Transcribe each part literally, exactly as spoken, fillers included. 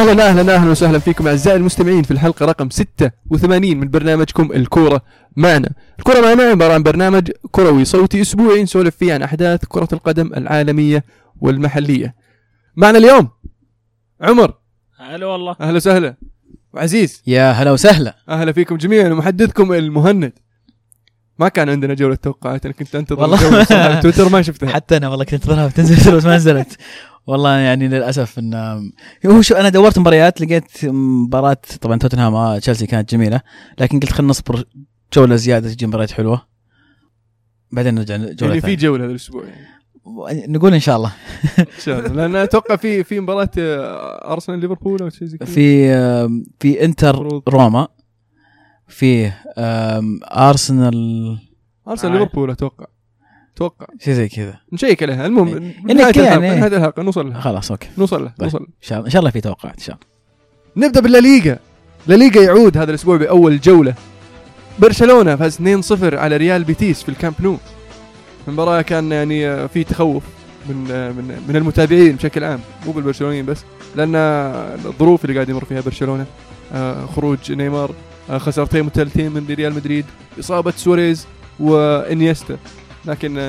اهلا اهلا اهلا وسهلا فيكم اعزائي المستمعين في الحلقه رقم ستة وثمانين من برنامجكم الكوره معنا. الكوره معنا عباره عن برنامج كروي صوتي اسبوعي نسولف فيه عن احداث كره القدم العالميه والمحليه. معنا اليوم عمر. هلا والله. اهلا وسهلا. وعزيز. يا هلا وسهلا. اهلا فيكم جميعا. ومحدثكم المهند. ما كان عندنا جوله توقعات، انا كنت انتظر والله تويتر ما شفتها حتى انا والله كنت انتظرها بتنزل بس ما نزلت والله. يعني للاسف ان هو شو انا دورت مباريات لقيت مباراه طبعا توتنهام تشيلسي كانت جميله، لكن قلت خلينا نصبر جوله زياده تجي مباريات حلوه بعدين نرجع جوله يعني في جوله هذا الاسبوع يعني. نقول ان شاء الله ان شاء الله، لان اتوقع في في مباراه ارسنال ليفربول او شيء زي كذا، في في انتر روما، في ارسنال ارسنال ليفربول اتوقع اتوقع شيء زي كذا نشيك عليها. المهم انك يعني هذا الحلقه نوصل لها خلاص اوكي نوصل له طيب. نوصل ان شاء الله ان شاء الله في توقعات ان شاء الله. نبدا بالليغا. الليغا يعود هذا الاسبوع باول جوله. برشلونه فاز اثنين صفر على ريال بيتيس في الكامب نو. المباراه كان يعني في تخوف من من من المتابعين بشكل عام، مو بالبرشلونيين بس، لان الظروف اللي قاعد يمر فيها برشلونه، خروج نيمار، خسارتين متتاليتين من ريال مدريد، اصابه سواريز وانيستا، لكن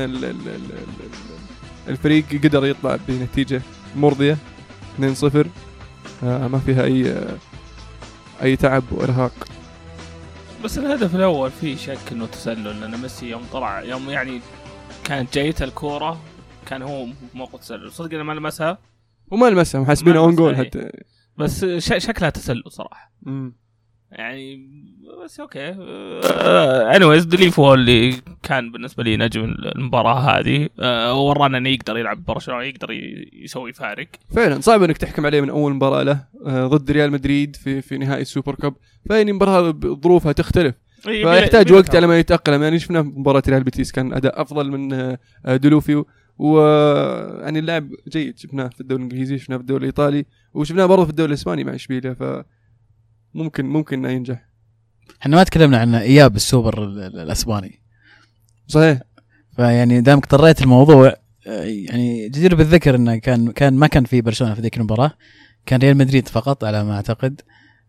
الفريق قدر يطلع بنتيجه مرضيه اثنين صفر، ما فيها اي اي تعب وارهاق. بس الهدف الاول فيه شك انه تسلل، لان ميسي يوم طلع يوم يعني كانت جايته الكوره كان هو موقف تسلل صدق، انا ما لمسها وما لمسها محاسبينه اون جول حتى، بس شكلها تسلل صراحه. امم يعني بس اوكي. انيويز دليف هو اللي كان بالنسبه لي نجم المباراه هذه، ورانا انه يقدر يلعب برشلونه، يقدر يسوي فارق. فعلا صعب انك تحكم عليه من اول مباراه له ضد ريال مدريد في في نهائي السوبر كاب، فاني مباراه ظروفها تختلف، فيحتاج وقت على ما يتاقلم. يعني شفنا مباراه ريال بيتيس كان اداء افضل من دلوفيو، ويعني اللاعب جيد، شفناه في الدوري الانجليزي، شفناه في الدوري الايطالي، وشفناه برضه في الدوري الاسباني مع اشبيليا، ف ممكن ممكن انه ينجح. احنا ما تكلمنا عن اياب السوبر الاسباني صحيح، فيعني دامك اضطريت الموضوع، يعني جدير بالذكر انه كان كان ما كان في برشلونه في ذيك المباراه، كان ريال مدريد فقط على ما اعتقد.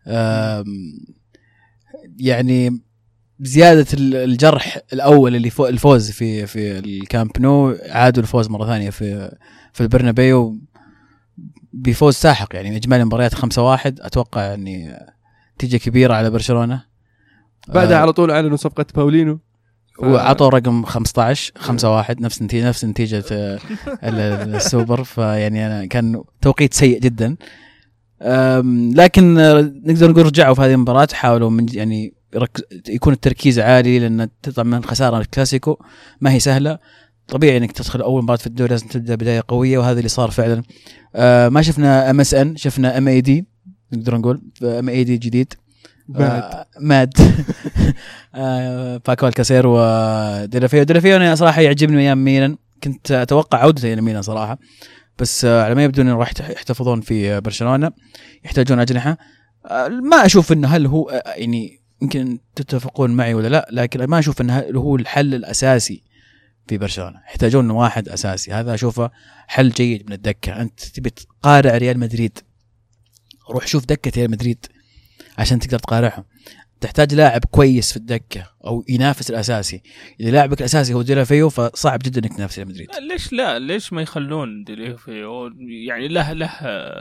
يعني زياده الجرح الاول اللي فوق الفوز في في الكامب نو، عادوا الفوز مره ثانيه في في البرنابيو بفوز ساحق. يعني اجمالي المباريات خمسة واحد، اتوقع يعني نتيجه كبيره على برشلونه. بعدها آه على طول اعلنوا صفقه باولينو ف... وعطوا رقم خمسة عشر خمسة واحد، نفس نتيجه نفس نتيجه السوبر. فيعني أنا كان توقيت سيء جدا، لكن نقدر نقول رجعوا في هذه المباراه، حاولوا من يعني يكون التركيز عالي، لان تطلع من الخساره الكلاسيكو ما هي سهله. طبيعي انك تدخل اول مباراه في الدوري لازم تبدا بدايه قويه، وهذا اللي صار فعلا. آه ما شفنا ام اس ان، شفنا ام اي دي، نقدر نقول ام اي دي جديد ماد آه ماد آه باكو الكاسير وديلافيو. ديلافيو انا صراحه يعجبني ايام ميلان، كنت اتوقع عودته الى ميلان صراحه، بس آه على ما يبدو انه راح يحتفظون في برشلونه، يحتاجون اجنحه. آه ما اشوف انه هل هو آه يعني يمكن تتفقون معي ولا لا، لكن ما اشوف انه هو الحل الاساسي في برشلونه. يحتاجون واحد اساسي، هذا اشوفه حل جيد من الدكه. انت تبي تقارع ريال مدريد، روح شوف دكه ريال مدريد عشان تقدر تقارعهم. تحتاج لاعب كويس في الدكه او ينافس الاساسي. اذا لاعبك الاساسي هو ديلافيو فصعب جدا انك تنافس ريال مدريد. لا ليش لا ليش ما يخلون ديلافيو يعني له له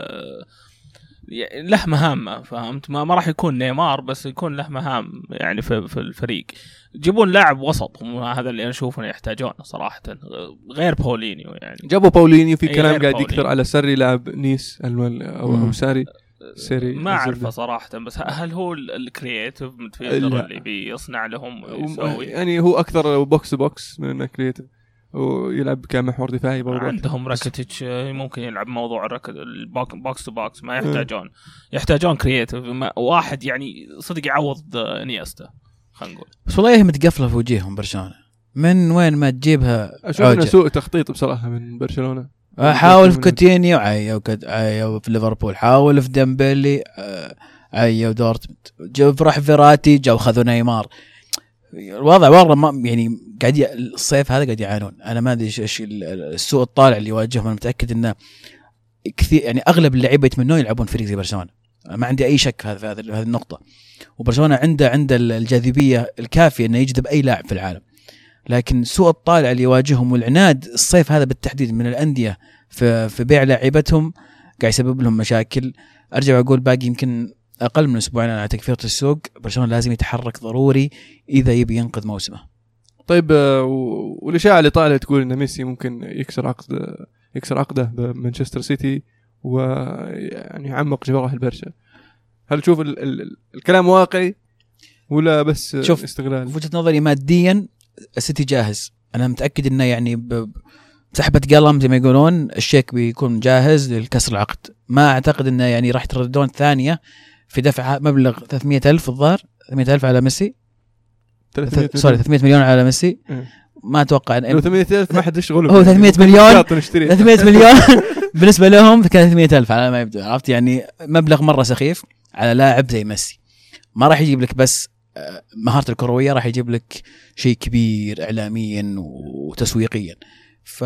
له مهام، فهمت؟ ما ما راح يكون نيمار، بس يكون له مهام يعني في في الفريق. جيبون لاعب وسط، هذا اللي انا اشوفه يحتاجونه صراحه، غير باولينيو. يعني جابوا باولينيو، في كلام قاعد يكثر على سري لاعب نيس او او ساري سري، ما اعرفه صراحه، بس هل هو الكرييتيف ميدفيلدر اللي بيصنع لهم ويسوي؟ يعني هو اكثر بوكس بوكس من انه كرييتيف، ويلعب كمحور دفاعي برضه. عندهم راكيتيتش ممكن يلعب موضوع البوكس تو بوكس، ما يحتاجون يحتاجون كرييتيف واحد يعني صدق يعوض انيستا، خلينا نقول. بس والله متقفله في وجههم برشلونه، من وين ما تجيبها. اشوف انه سوء تخطيط بصراحه من برشلونه. حاول في كوتينيو عيا عيا، في ليفربول حاول في ديمبلي عيا، ودورتموند جاب راح فيراتي، جو خذوا نيمار. الوضع والله ما يعني قاعد ي... الصيف هذا قاعد يعانون. انا ما ادري ايش السوء الطالع اللي يواجههم. انا متاكد انه كثير يعني اغلب اللعيبه يتمنون يلعبون فريق زي برشلونه، ما عندي اي شك في هذا في هذه النقطه. وبرشلونه عنده عنده الجاذبيه الكافيه انه يجذب اي لاعب في العالم، لكن سوء الطالع اللي يواجههم والعناد الصيف هذا بالتحديد من الانديه في في بيع لاعيبتهم قاعد يسبب لهم مشاكل. ارجع واقول باقي يمكن اقل من اسبوعين على تكفيره السوق، برشلونه لازم يتحرك ضروري اذا يبي ينقذ موسمه. طيب والاشاعه اللي طالعه تقول ان ميسي ممكن يكسر عقد يكسر عقده بمانشستر سيتي ويعني يعمق جراح البرشا، هل تشوف ال ال الكلام واقعي ولا بس شوف استغلال؟ في وجهة نظري ماديا السيتي جاهز، انا متاكد انه يعني بسحبه قلم زي ما يقولون الشيك بيكون جاهز للكسر العقد. ما اعتقد انه يعني راح يترددون ثانيه في دفع مبلغ ثلاثمية ألف الظاهر ثلاثمية ألف على ميسي ثلاثمية سوري ثلاثمية مليون على ميسي. اه. ما اتوقع ان ثلاثمية ألف ما حد يشغله، هو ثلاثمية مليون ثلاثمية مليون بالنسبه لهم كان ثلاثمية ألف على ما يبدو، عرفت يعني مبلغ مره سخيف على لاعب زي ميسي. ما راح يجيب لك بس مهارة الكروية، راح يجيب لك شيء كبير إعلاميا وتسويقيا. ف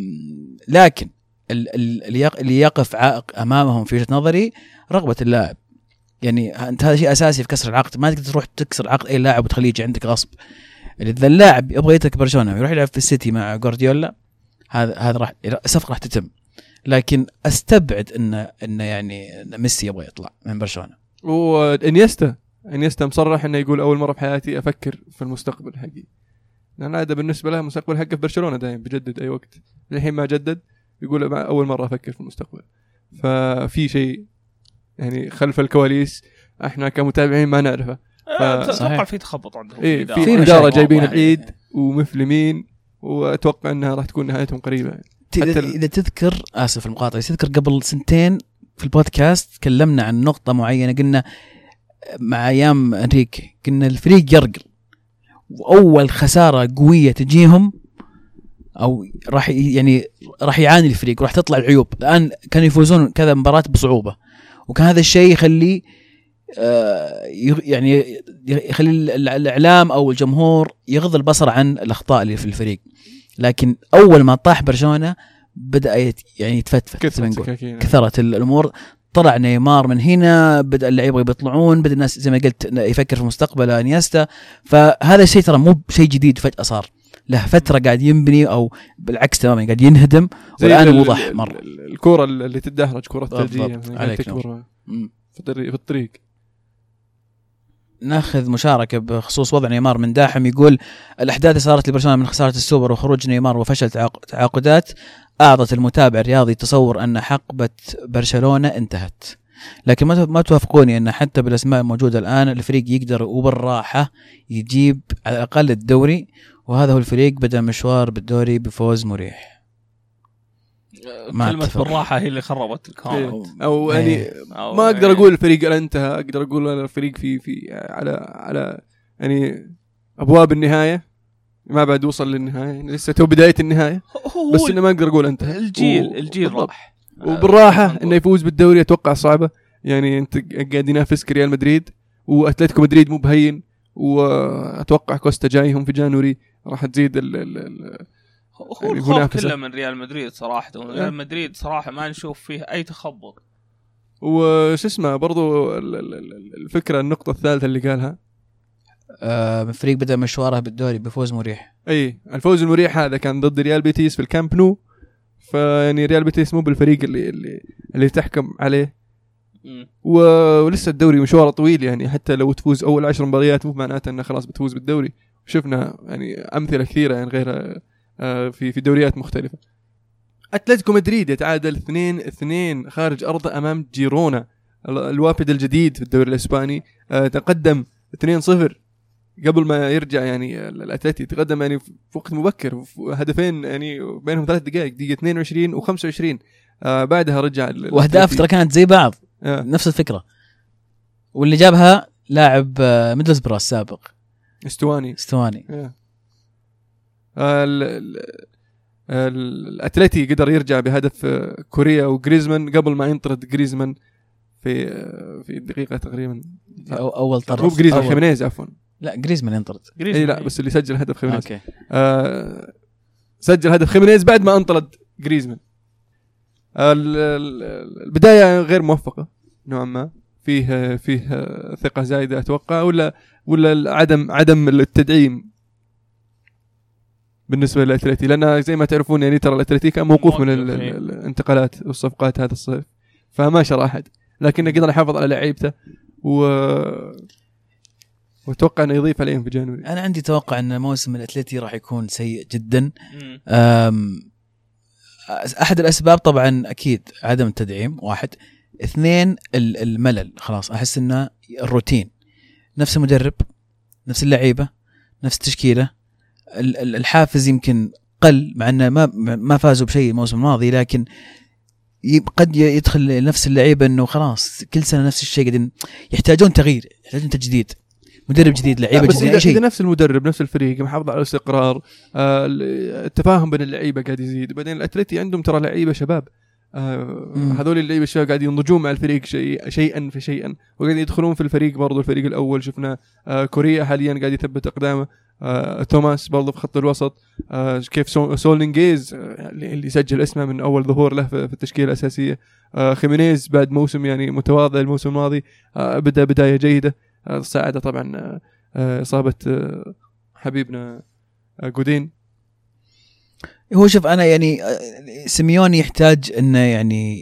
لكن اللي يقف عائق أمامهم في وجهة نظري رغبة اللاعب. يعني أنت هذا شيء أساسي في كسر العقد، ما تقدر تروح تكسر عقد أي لاعب وتخليه يجي عندك غصب. إذا اللاعب يبغى يترك برشلونة ويروح يلعب في السيتي مع غوارديولا هذا هذا راح الصفقة راح تتم، لكن أستبعد إن إن يعني إن ميسي يبغى يطلع من برشلونة. وإنيستا إنيستا مصرح إنه يقول أول مرة في حياتي أفكر في المستقبل حقي، لأن هذا بالنسبة له مستقبل حقه في برشلونة دائما بجدد أي وقت، الحين ما جدد يقول أول مرة أفكر في المستقبل. ففي شيء يعني خلف الكواليس إحنا كمتابعين ما نعرفه. أتوقع في تخبط عندهم، إيه في إدارة جايبين بعيد ومفلمين، وأتوقع أنها راح تكون نهايتهم قريبة. إذا, إذا تذكر آسف المقاطعة، تذكر قبل سنتين في البودكاست تكلمنا عن نقطة معينة، قلنا مع أيام أنريكي قلنا الفريق يرقل، وأول خسارة قوية تجيهم أو راح يعني راح يعاني الفريق وراح تطلع العيوب. الآن كانوا يفوزون كذا مباراة بصعوبة، وكان هذا الشيء يخلي آه يعني يخلي الإعلام أو الجمهور يغض البصر عن الأخطاء اللي في الفريق. لكن أول ما طاح برشلونة بدأ يعني يتفتفت، كثرت الأمور، طلع نيمار من هنا، بدأ اللعيبة يطلعون، بدأ الناس زي ما قلت يفكر في مستقبل انيستا. فهذا الشيء ترى مو شيء جديد فجأة صار، له فترة قاعد ينبني أو بالعكس تماما قاعد ينهدم، والآن وضح مرة. الكرة اللي تدهرج كرة ثلجية تكبر في الطريق. ناخذ مشاركة بخصوص وضع نيمار من داحم، يقول الأحداث اللي صارت لبرشلونة من خسارة السوبر وخروج نيمار وفشل تعاقدات أعطت المتابع الرياضي تصور أن حقبة برشلونة انتهت، لكن ما توافقوني أن حتى بالأسماء الموجودة الآن الفريق يقدر وبالراحة يجيب على الأقل الدوري، وهذا هو الفريق بدأ مشوار بالدوري بفوز مريح. كلمة بالراحة هي اللي خربت الكون. أو يعني ما أقدر أقول الفريق انتهى، أقدر أقول الفريق في في على على يعني أبواب النهاية، ما بعد وصل للنهاية، يعني لسه تو بداية النهاية، بس إنه ما أقدر أقول انتهى. الجيل و... الجيل راح وبالراحة إنه يفوز بالدوري أتوقع صعبة. يعني أنت قاعد ينافسك ريال مدريد وأتلتيكو مدريد مو بهين، وأتوقع كوستا جايهم في جانوري راح تزيد ال ال ال هو الخوف كله من ريال مدريد صراحة. ريال مدريد صراحة ما نشوف فيه أي تخبط. وش اسمه برضو الفكرة النقطة الثالثة اللي قالها آه الفريق بدأ مشواره بالدوري بفوز مريح. أي الفوز المريح هذا كان ضد ريال بيتيس في الكامب نو، فيعني ريال بيتيس مو بالفريق اللي اللي, اللي تحكم عليه، ولسه الدوري مشواره طويل. يعني حتى لو تفوز أول عشر مباريات مو معناته أنه خلاص بتفوز بالدوري. شفنا يعني أمثلة كثيرة يعني غيرها في في دوريات مختلفة. أتلتيكو مدريد يتعادل اثنين اثنين خارج أرضه أمام جيرونا الوافد الجديد في الدوري الإسباني، تقدم اثنين صفر قبل ما يرجع يعني الأتلتي، تقدم يعني في وقت مبكر هدفين يعني بينهم ثلاث دقائق، دقيقة اثنين وعشرين وخمسة وعشرين. بعدها رجع وأهداف ترى كانت زي بعض آه. نفس الفكرة، واللي جابها لاعب ميدلسبرا السابق استواني استواني آه. الأتلتي قدر يرجع بهدف كوريا وغريزمان قبل ما ينطرد غريزمان في في دقيقة تقريبا أو أول طرف. مو غريزمان خيمينيز عفوا لا غريزمان ينطرد اي لا بس اللي سجل هدف خيمينيز. اوكي آه سجل هدف خيمينيز بعد ما انطرد غريزمان. البداية غير موفقة نوعا ما، فيه فيه ثقة زايدة أتوقع، ولا ولا عدم عدم التدعيم بالنسبة للأتلتي؟ لأن زي ما تعرفون يعني ترى الأتلتي كان موقوف من ال- ال- الانتقالات والصفقات هذا الصيف، فما شرى أحد، لكنه قدر يحافظ على لعيبته و واتوقع انه يضيف عليهم في جانوري. انا عندي توقع ان موسم الاتلتي راح يكون سيء جدا. مم. أم، احد الاسباب طبعا اكيد عدم التدعيم، واحد. اثنين ال- الملل، خلاص احس انه الروتين، نفس المدرب، نفس اللعيبه، نفس التشكيله. ال- ال- الحافز يمكن قل، مع انه ما ما فازوا بشيء الموسم الماضي، لكن ي- قد ي- يدخل نفس اللعيبه انه خلاص كل سنه نفس الشيء، قاعدين يحتاجون تغيير، يحتاجون تجديد، مدرب جديد، لعيبه بس جديده، إذا, اي شيء. إذا نفس المدرب نفس الفريق محافظ على الاستقرار، آه التفاهم بين اللعيبه قاعد يزيد. بعدين الاتلتي عندهم ترى لعيبه شباب، آه هذول اللعيبه الشباب قاعد ينضجون مع الفريق شيء شيئا فشيئا، وقاعد يدخلون في الفريق. برضو الفريق الاول شفنا آه كوريا حاليا قاعد يثبت اقدامه، آه توماس برضو في خط الوسط، آه كيف سو سولينجيز آه اللي سجل اسمه من اول ظهور له في التشكيله الاساسيه، آه خيمينيز بعد موسم يعني متواضع الموسم الماضي آه بدا بدايه جيده. آه ساعده طبعا آه إصابة حبيبنا جودين. هو شوف أنا يعني سيميوني يحتاج إنه يعني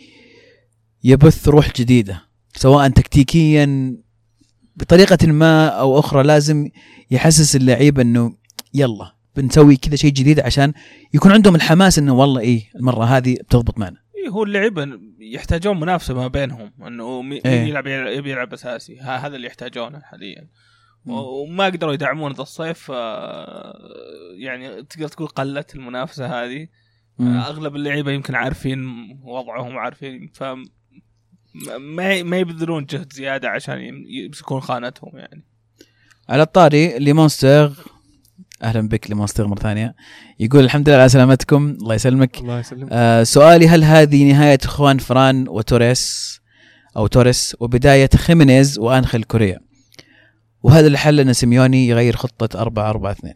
يبث روح جديدة، سواء تكتيكيا بطريقة ما أو أخرى. لازم يحسس اللعيبة إنه يلا بنسوي كذا شيء جديد عشان يكون عندهم الحماس إنه والله إيه المرة هذه بتضبط معنا. إيه هو اللعيبة يحتاجون منافسة ما بينهم، إنه مين إيه. يلعب يبي يلعب أساسي، هذا اللي يحتاجونه حاليا. وما قدروا يدعمون ذا الصيف، يعني تقدر تقول قلت المنافسة هذه. مم. أغلب اللعيبة يمكن عارفين وضعهم، عارفين، ف ما ما يبذلون جهد زيادة عشان يمسكون خانتهم. يعني على الطاري ليمونستر، أهلا بك ليمونستر مرة ثانية، يقول الحمد لله على سلامتكم. الله يسلمك. الله يسلمك. آه سؤالي، هل هذه نهاية خوان فران وتوريس أو توريس وبداية خيمينيز وأنخيل كوريا، وهذا الحل أن سيميوني يغير خطة أربعة أربعة اثنين؟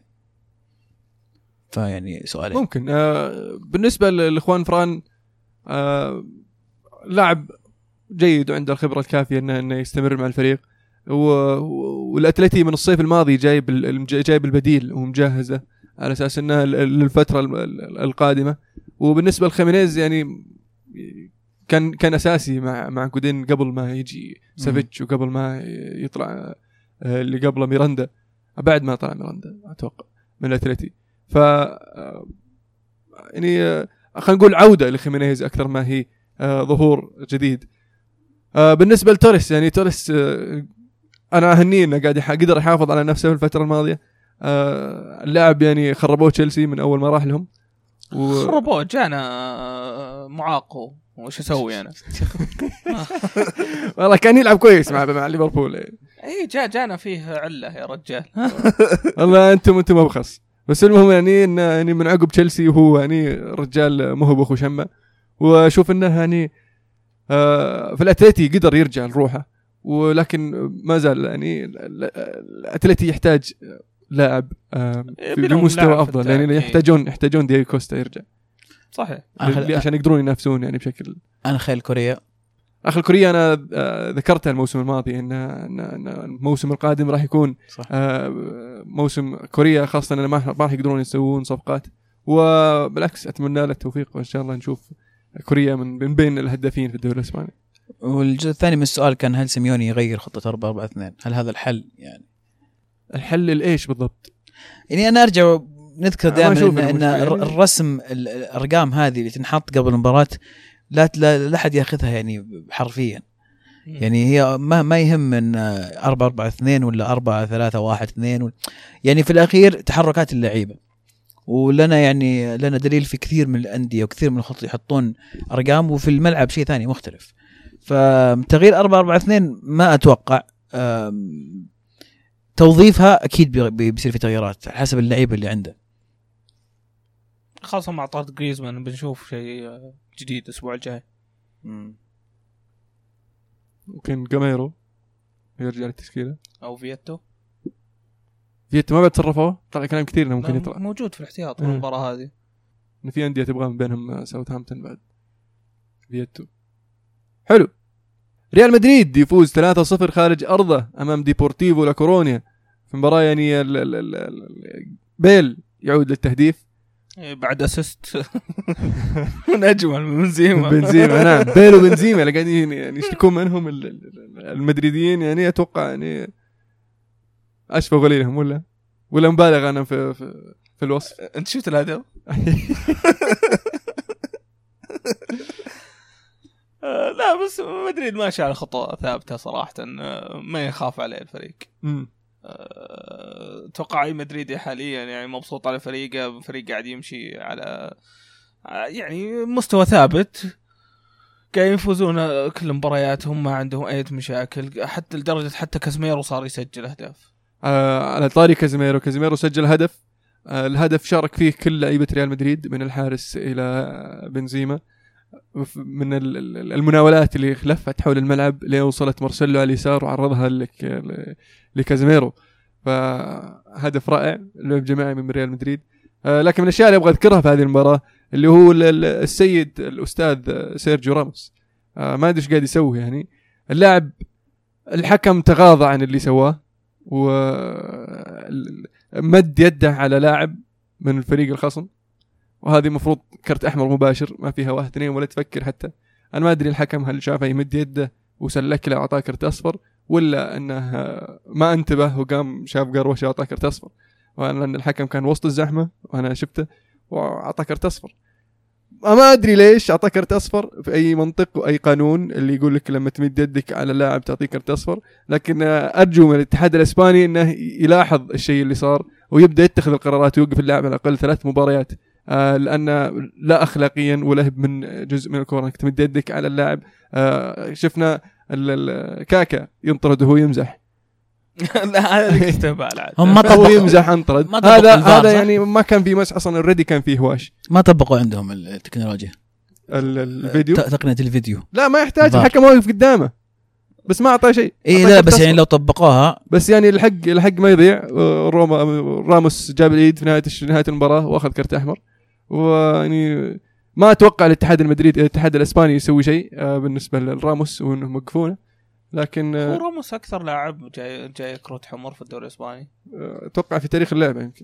فيعني سؤالي ممكن آه بالنسبة لإخوان فران آه لاعب جيد وعنده الخبرة الكافية إنه, إنه يستمر مع الفريق، والأتلتي من الصيف الماضي جايب جايب البديل ومجهزه على أساس إنه للفترة القادمة. وبالنسبة لخيمينيز يعني كان كان أساسي مع مع جودين قبل ما يجي سافيتش وقبل ما يطلع اللي قبله ميراندا، بعد ما طلع ميراندا أتوقع من الأتلتي. ف يعني خلينا نقول عودة لخيمينيز أكثر ما هي ظهور جديد. بالنسبة لتوريس يعني توريس أنا أهنيه إنه قاعد قدر يحافظ على نفسه في الفترة الماضية. اللاعب يعني خربوه تشيلسي من أول ما راح لهم و... خربوه، جانا معاقه وش أسوي أنا؟ والله كان يلعب كويس مع مع ليفربول. إيه جا جانا فيه علة يا رجال. والله أنتم أنتم أبخص. بس المهم يعني إن يعني من عقب تشيلسي وهو يعني رجال مهبخ وشمة، وشوف إنه يعني آه في الأتلتي قدر يرجع لروحه، ولكن ما زال يعني الأتلتي يحتاج لاعب آه في مستوى أفضل. يعني يحتاجون يحتاجون دياغو كوستا يرجع صحيح عشان يقدرون ينافسون يعني بشكل. أنخيل كوريا أخي الكوريا أنا آه ذكرتها الموسم الماضي إن, إن, إن الموسم القادم راح يكون آه موسم كوريا، خاصة إن ما راح يقدرون يسوون صفقات. وبالعكس أتمنى له التوفيق، وإن شاء الله نشوف كوريا من بين الهدافين في الدوري الإسباني. والجزء الثاني من السؤال كان هل سيميوني يغير خطة أربعة أربعة اثنين؟ هل هذا الحل؟ يعني الحل الإيش بالضبط؟ يعني أنا أرجع نذكر دائما إن, إن الرسم الأرقام هذه اللي تنحط قبل المباراة لا لا أحد يأخذها يعني حرفيا. يعني هي ما ما يهم من أربعة أربعة اثنين ولا أربعة ثلاثة واحد اثنين، يعني في الأخير تحركات اللعيبة. ولنا يعني لنا دليل في كثير من الأندية وكثير من الخطط يحطون أرقام، وفي الملعب شيء ثاني مختلف. فتغيير أربعة أربعة اثنين ما أتوقع. توظيفها أكيد بيصير في تغييرات حسب اللعيبة اللي عنده، خاصة مع طرد غريزمان بنشوف شيء جديد الأسبوع الجاي. ممكن جاميرو يرجع للتشكيلة أو فيتو. فيتو ما بتصرفوا، طلع كلام كثير انه ممكن يطلع موجود في الاحتياط في المباراة هذه. ان في انديه تبغى من بينهم ساوثهامبتون بعد فيتو. حلو. ريال مدريد يفوز ثلاثة صفر خارج أرضه أمام ديبورتيفو لا كورونيا في مباراة يعني ال ال ال ال بيل يعود للتهديف بعد أسست من أجمل من بنزيما. بنزيما نعم بيل وبنزيما اللي قاعدين يعني يشتكون منهم المدريديين يعني أتوقع يعني أشفى قليلهم ولا ولا مبالغ أنا في في, في الوصف. أنت شفت الهدف؟ لا بس مدريد ماشي على خطوة ثابتة صراحة ما يخاف عليه الفريق. أتوقع أي مدريدي حاليا يعني مبسوط على فريقه فريق قاعد يمشي على يعني مستوى ثابت قاعد يفوزون كل مبارياتهم ما عندهم أي مشاكل حتى لدرجة حتى كازيميرو صار يسجل أهداف. آه على طاري كازيميرو كازيميرو سجل هدف آه الهدف شارك فيه كل لعيبة ريال مدريد من الحارس إلى بنزيما من المناولات اللي لفت حول الملعب لين وصلت مارسيلو على اليسار وعرضها لك لكازيميرو فهدف رائع لعب جماعي من ريال مدريد. آه لكن من الأشياء اللي أبغى أذكرها في هذه المباراة اللي هو السيد الأستاذ سيرجيو راموس آه ما أدري إيش قاعد يسوي يعني اللاعب الحكم تغاضى عن اللي سواه ومد يده على لاعب من الفريق الخصم وهذه مفروض كرت أحمر مباشر ما فيها واحد اثنين ولا تفكر حتى. أنا ما أدري الحكم هل شافه يمد يده وسلك له أعطاه كرت أصفر ولا أنه ما انتبه وقام شاف قروشه أعطاه كرت أصفر وأن الحكم كان وسط الزحمة وأنا شفته وأعطاه كرت أصفر. ما أدري ليش أعطاه كرت أصفر في أي منطق وأي قانون اللي يقول لك لما تمد يدك على لاعب تعطيه كرت أصفر. لكن أرجو من الاتحاد الإسباني أنه يلاحظ الشيء اللي صار ويبدأ يتخذ القرارات ويوقف اللاعب على الأقل ثلاث مباريات آه لأن لا أخلاقيا ولا من جزء من الكورة انك تمد يدك على اللاعب. آه شفنا الكاكا ينطرد وهو يمزح. لا هذا استهبال هم ما طبقوا يمزح انطرد هذا هذا يعني ما كان في مسح اصلا اوريدي كان فيه هواش ما طبقوا عندهم التكنولوجيا الفيديو تقنية الفيديو لا ما يحتاج الحكم واقف قدامه بس ما أعطاه شيء. إيه لا بس يعني لو طبقوها بس يعني الحق الحق ما يضيع. روما راموس جاب الإيد في نهاية نهاية المباراة وأخذ كرت أحمر ويعني ما أتوقع الاتحاد المدريد الاتحاد الإسباني يسوي شيء بالنسبة لراموس وإنهم يوقفونه. لكن راموس أكثر لاعب جاي جاي كروت حمر في الدوري الإسباني أتوقع في تاريخ اللعبة يمكن.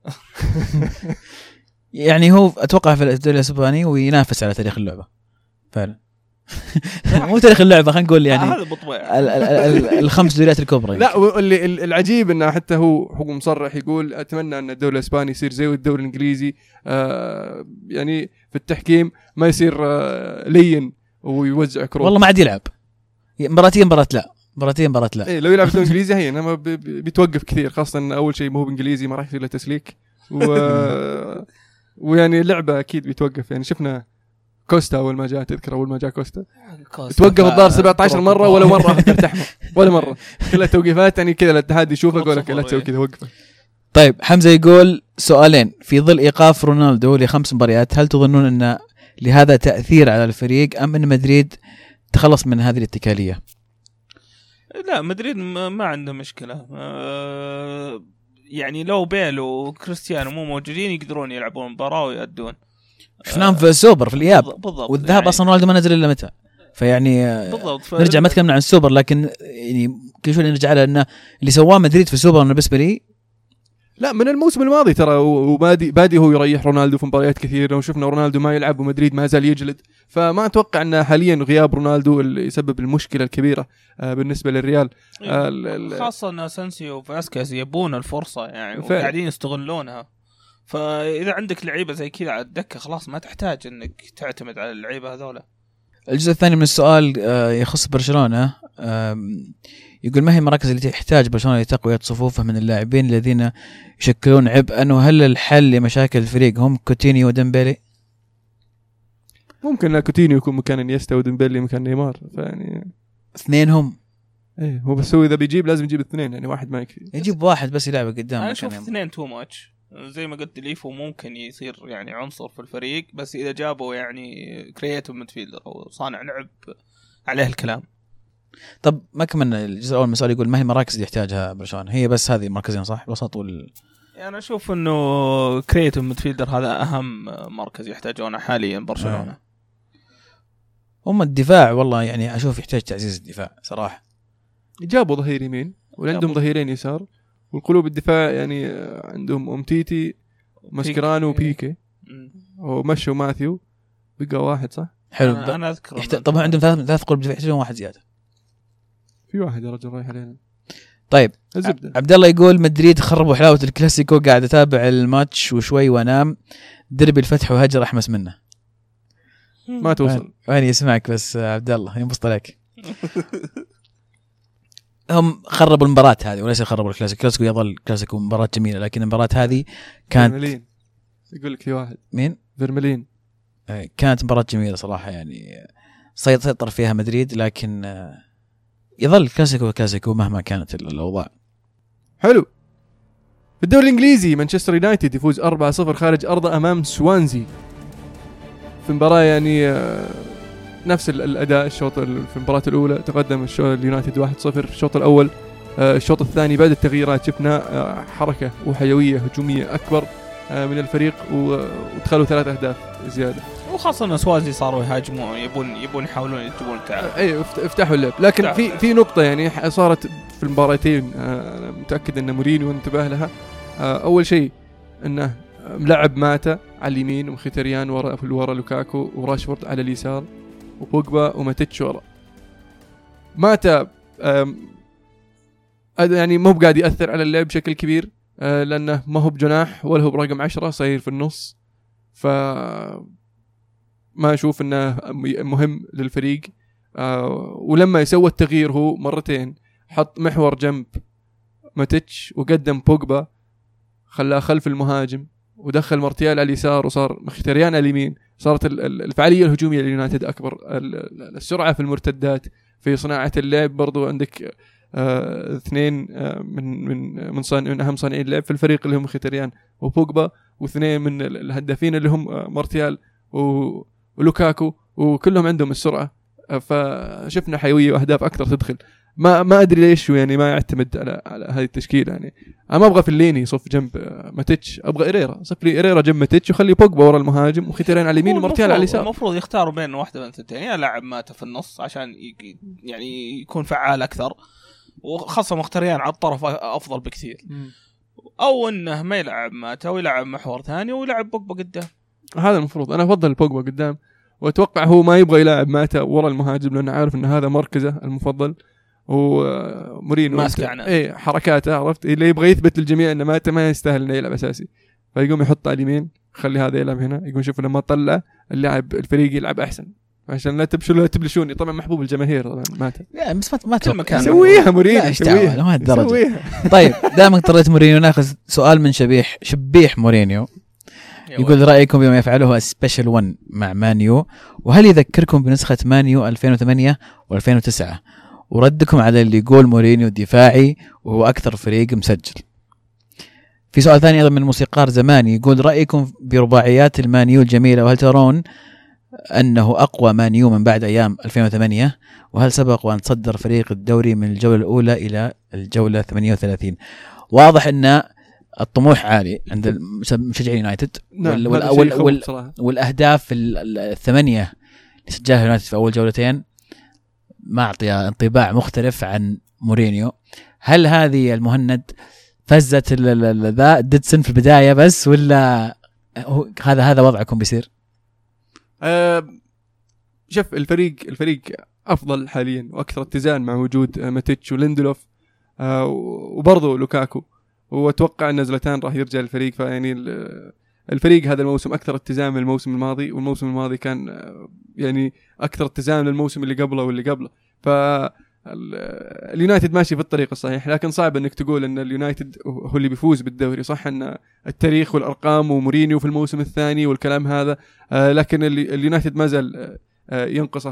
يعني هو أتوقع في الدوري الإسباني وينافس على تاريخ اللعبة فعلا. مو تاريخ اللعبة خلينا نقول يعني هذا بطبيع الخمس دوريات الكبرى. لا واللي العجيب انه حتى هو حكم مصرح يقول اتمنى ان الدوري الاسباني يصير زي الدوري الانجليزي آه يعني في التحكيم ما يصير آه لين ويوزع كروت. والله ما عاد يلعب مباراتين مباراة لا مباراتين مباراة لا. إيه لو يلعب في الدوري الانجليزي هي انما بيتوقف كثير خاصة ان اول شيء مو بالانجليزي ما راح يصير له تسليك و... ويعني اللعبة اكيد بيتوقف. يعني شفنا كوستا أول ما جاء تذكر أول ما جاء كوستا توقف الظاهر سبعة عشر مرة ولا مرة أخذ كرت أحمر ولا مرة كلها توقيفات يعني كذا الاتحاد يشوفه يقول لك لا تسوي كذا وقفه. طيب حمزة يقول سؤالين في ظل إيقاف رونالدو لخمس مباريات هل تظنون أن لهذا تأثير على الفريق أم أن مدريد تخلص من هذه الاتكالية؟ لا مدريد ما عنده مشكلة أه يعني لو بيل وكريستيانو مو موجودين يقدرون يلعبون مباراة ويأدون. شفناهم في السوبر في الإياب والذهاب يعني أصلا رونالدو ما نزل إلا متى فيعني بالضبط نرجع ما تكلمنا عن السوبر لكن يعني كل شوي نرجع على أن اللي سواه مدريد في السوبر أنا بالنسبة لي لا من الموسم الماضي ترى وبادي بادي هو يريح رونالدو في مباريات كثيرة وشفنا رونالدو ما يلعب ومدريد ما زال يجلد. فما أتوقع أن حاليا غياب رونالدو اللي يسبب المشكلة الكبيرة بالنسبة للريال خاصة أن سانسيو وفاسكيز يبون الفرصة يعني وقاعدين يستغلونها. فإذا عندك لعيبة زي كذا على الدكة خلاص ما تحتاج إنك تعتمد على اللعيبة هذولا. الجزء الثاني من السؤال يخص برشلونة يقول ما هي المراكز اللي تحتاج برشلونة لتقوية صفوفه من اللاعبين الذين يشكلون عبئا وهل الحل لمشاكل الفريق هم كوتينيو وديمبélé؟ ممكن لا كوتينيو يكون مكان انيستا وديمبélé مكان نيمار فيعني اثنين هم ايه هو بس هو اذا بيجيب لازم يجيب اثنين يعني واحد ما يكفي يجيب واحد بس يلعب قدام. انا اشوف اثنين تو ماتش زي ما قلت ليفو ممكن يصير يعني عنصر في الفريق بس اذا جابوا يعني كرياتيف ميدفيلدر او صانع لعب عليه الكلام. طب ما كملنا الجزء الاول من السؤال يقول ما هي المراكز اللي يحتاجها برشلونة هي بس هذه المركزين صح الوسط وال يعني انا اشوف انه كرياتيف ميدفيلدر هذا اهم مركز يحتاجونه حاليا برشلونة. هم الدفاع والله يعني اشوف يحتاج تعزيز الدفاع صراحه. جابوا ظهير يمين وعندهم ظهيرين يسار، والقلوب الدفاع يعني عندهم أمتيتي ماسكرانو وبيكي ومشوا ماثيو بقى واحد صح. حلو. انا, أنا اذكر يحت... طبعا عندهم ثلاث ثلاث قلوب دفاع، يحتاجون واحد زياده. في واحد يا رجل رايح علينا. طيب عبد الله يقول مدريد خربوا حلاوه الكلاسيكو، قاعد اتابع الماتش وشوي وانام، دربي الفتح وهجر احمس منه. ما توصل وين يسمعك بس عبد الله ينبسط عليك. هم خربوا المباراة هذه وليس خربوا الكلاسيكو. الكلاسيكو يظل كلاسيكو مباراة جميلة، لكن المباراة هذه كانت فيرملين. يقول لك في واحد مين فيرملين كانت مباراة جميلة صراحة، يعني سيطر فيها مدريد، لكن يظل الكلاسيكو كلاسيكو مهما كانت الأوضاع. حلو. في الدوري الإنجليزي مانشستر يونايتد يفوز أربعة صفر خارج أرضه أمام سوانزي في مباراة يعني نفس الأداء. الشوط في المباراة الأولى تقدم اليونايتد واحد صفر في الشوط الأول. الشوط الثاني بعد التغييرات شفنا حركة وحيوية هجومية أكبر من الفريق ودخلوا ثلاث أهداف زيادة، وخاصة أن سوازي صاروا يهاجمون يبون يبون يحاولون يجيبون التعادل. أي افتحوا اللعب. لكن في في نقطة يعني صارت في المباراتين أنا متأكد أن مورينيو انتبه لها. أول شيء أنه ملعب ماتا على اليمين ومختريان ورا ورا لوكاكو وراشفورد على اليسار وبوجبا وماتيتش ورا. ماتا يعني مو قاعد يأثر على اللعب بشكل كبير لأنه ما هو بجناح ولا هو برقم عشرة، صاير في النص، ف ما أشوف أنه مهم للفريق. ولما يسوى التغيير هو مرتين حط محور جنب ماتيتش وقدم بوجبا خلاه خلف المهاجم ودخل مارتيال على اليسار وصار مختريان على اليمين. صارت الفعالية الهجومية لليونايتد أكبر، السرعة في المرتدات، في صناعة اللعب. برضو عندك آه اثنين آه من من من, صان من أهم صانعين اللعب في الفريق اللي هم مختريان وبوجبا، واثنين من الهدافين اللي هم آه مارتيال ولوكاكو، وكلهم عندهم السرعة. آه فشفنا حيوية وأهداف أكثر تدخل. ما ما أدري ليش يعني ما يعتمد على على هذه التشكيلة. يعني أنا ما أبغى في الليني يصف جنب ماتيتش، أبغى إيريرا، صف لي إيريرا جنب ماتيتش وخلي بوجبا ورا المهاجم وختيرين على اليمين ومارتيال على اليسار. المفروض يختاروا بين واحدة من الثنتين، يا لاعب ماتا في النص عشان يعني يكون فعال أكثر، وخاصة مختاريان على الطرف أفضل بكثير، أو إنه ما يلعب ماتا ويلعب محور ثاني ويلعب بوجبا قدام. هذا المفروض. أنا أفضل بوجبا قدام، وأتوقع هو ما يبغى يلعب ماتا ورا المهاجم لأنه عارف إن هذا مركزه المفضل، ومورينو ماسك عنه ايه حركاته، عرفت اللي يبغى يثبت للجميع انه ما ما يستاهل انه يلعب اساسي، فيقوم يحط على اليمين خلي هذا يلعب هنا، يقوم شوف لما طلع اللاعب الفريق يلعب احسن عشان لا تبشلوا تبلشوني. طبعا محبوب الجماهير طبعا ماتا، لا بس ما ما مكان يسويها مورينيو، يسويها لما الدرجه. طيب دائما اضطريت مورينيو، ناخذ سؤال من شبيح شبيح مورينيو. يقول رأيكم بما يفعله سبيشال ون مع مانيو، وهل يذكركم بنسخة مانيو ألفين وثمانية وألفين وتسعة؟ وردكم على اللي يقول مورينيو دفاعي وهو أكثر فريق مسجل. في سؤال ثاني أيضا من موسيقار زماني يقول رأيكم برباعيات المانيو الجميلة، وهل ترون أنه أقوى مانيو من بعد أيام ألفين وثمانية؟ وهل سبق وأن تصدر فريق الدوري من الجولة الأولى إلى الجولة ثمانية وثلاثين؟ واضح أن الطموح عالي عند مشجعين يونايتد، نعم وال وال وال والأهداف الثمانية اللي سجلها يونايتد في أول جولتين ما أعطي انطباع مختلف عن مورينيو. هل هذه المهند فزت ذا ديدسون في البداية بس، ولا هذا هذا وضعكم بيصير؟ أه شوف الفريق الفريق أفضل حاليا وأكثر اتزان مع وجود ماتيتش وليندلوف أه وبرضه لوكاكو، وأتوقع أن زلاتان راح يرجع للفريق. فيعني الفريق هذا الموسم أكثر اتزان من الموسم الماضي، والموسم الماضي كان يعني أكثر اتزان من الموسم اللي قبله واللي قبله. فاليونايتد ماشي في الطريق الصحيح، لكن صعب أنك تقول أن اليونايتد هو اللي بيفوز بالدوري. صح أن التاريخ والأرقام ومورينيو في الموسم الثاني والكلام هذا، لكن اليونايتد ما زال ينقصه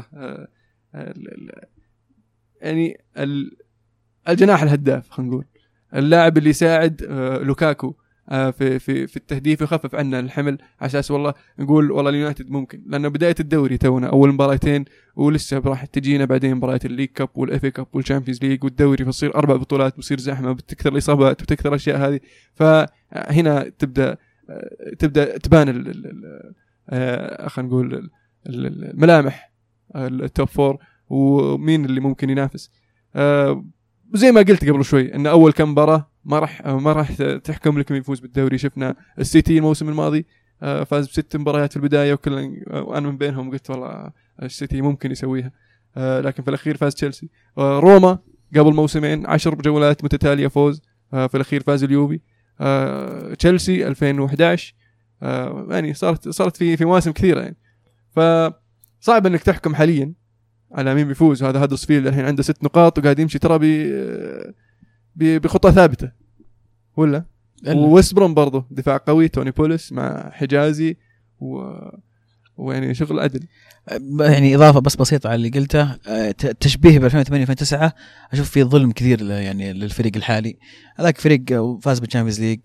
يعني الجناح الهداف، خلينا نقول اللاعب اللي يساعد لوكاكو في في في التهديف يخفف عنا الحمل، على اساس والله نقول والله اليونايتد ممكن، لانه بدايه الدوري تونا اول مباراتين ولسه راح تجينا بعدين مباريات الليج كاب والاف اي كاب والشامبيونز ليج والدوري، فتصير اربع بطولات وتصير زحمه بتكثر الاصابات وتكثر الاشياء هذه. فهنا تبدا تبدا تبان خلينا نقول الملامح التوب فور ومين اللي ممكن ينافس. آه زي ما قلت قبل شوي ان اول كم مباراه ما راح ما راح تحكم لك مين يفوز بالدوري. شفنا السيتي الموسم الماضي آه فاز بست مباريات في البدايه وكل وانا من بينهم قلت والله السيتي ممكن يسويها، آه لكن في الاخير فاز تشيلسي. آه روما قبل موسمين عشر جولات متتاليه فوز، آه في الاخير فاز اليوبي. آه تشيلسي ألفين وأحد عشر آه يعني صارت صارت في في مواسم كثيره يعني. فصعب انك تحكم حاليا على مين بيفوز. هذا هدرسفيلد الحين عنده ست نقاط وقاعد يمشي ترى ب بخطه ثابته ولا وويست برضه دفاع قوي، توني بوليس مع حجازي و... ويعني شغل عدل. يعني اضافه بس بسيطه على اللي قلته، تشبيه ب ألفين وثمانية ألفين وتسعة اشوف في ظلم كثير يعني للفريق الحالي. هذاك فريق فاز بالتشامبيونز ليج،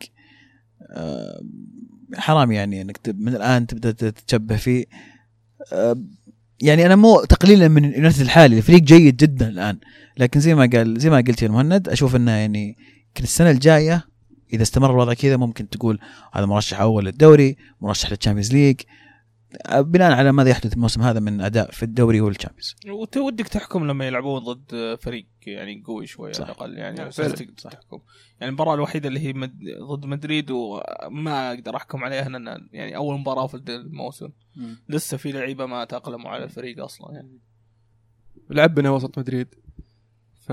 حرام يعني انك من الان تبدا تتشبه فيه. يعني انا مو تقليلا من يونايتد الحالي، الفريق جيد جدا الان، لكن زي ما قال زي ما قلت يا مهند اشوف انه يعني كل السنه الجايه اذا استمر الوضع كذا ممكن تقول هذا مرشح اول للدوري، مرشح للتشامبيونز ليج، بناء على ماذا يحدث الموسم هذا من اداء في الدوري والتشامبيونز. وتودك تحكم لما يلعبون ضد فريق يعني قوي شويه على الاقل يعني تحكم. يعني المباراه الوحيده اللي هي مد... ضد مدريد وما اقدر احكم عليها لان يعني اول مباراه في الموسم م. لسه في لعيبه ما تاقلموا على الفريق اصلا يعني. لعبنا وسط مدريد ف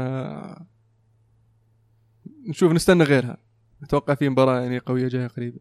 نشوف نستنى غيرها. اتوقع في مباراه يعني قويه جايه قريبا.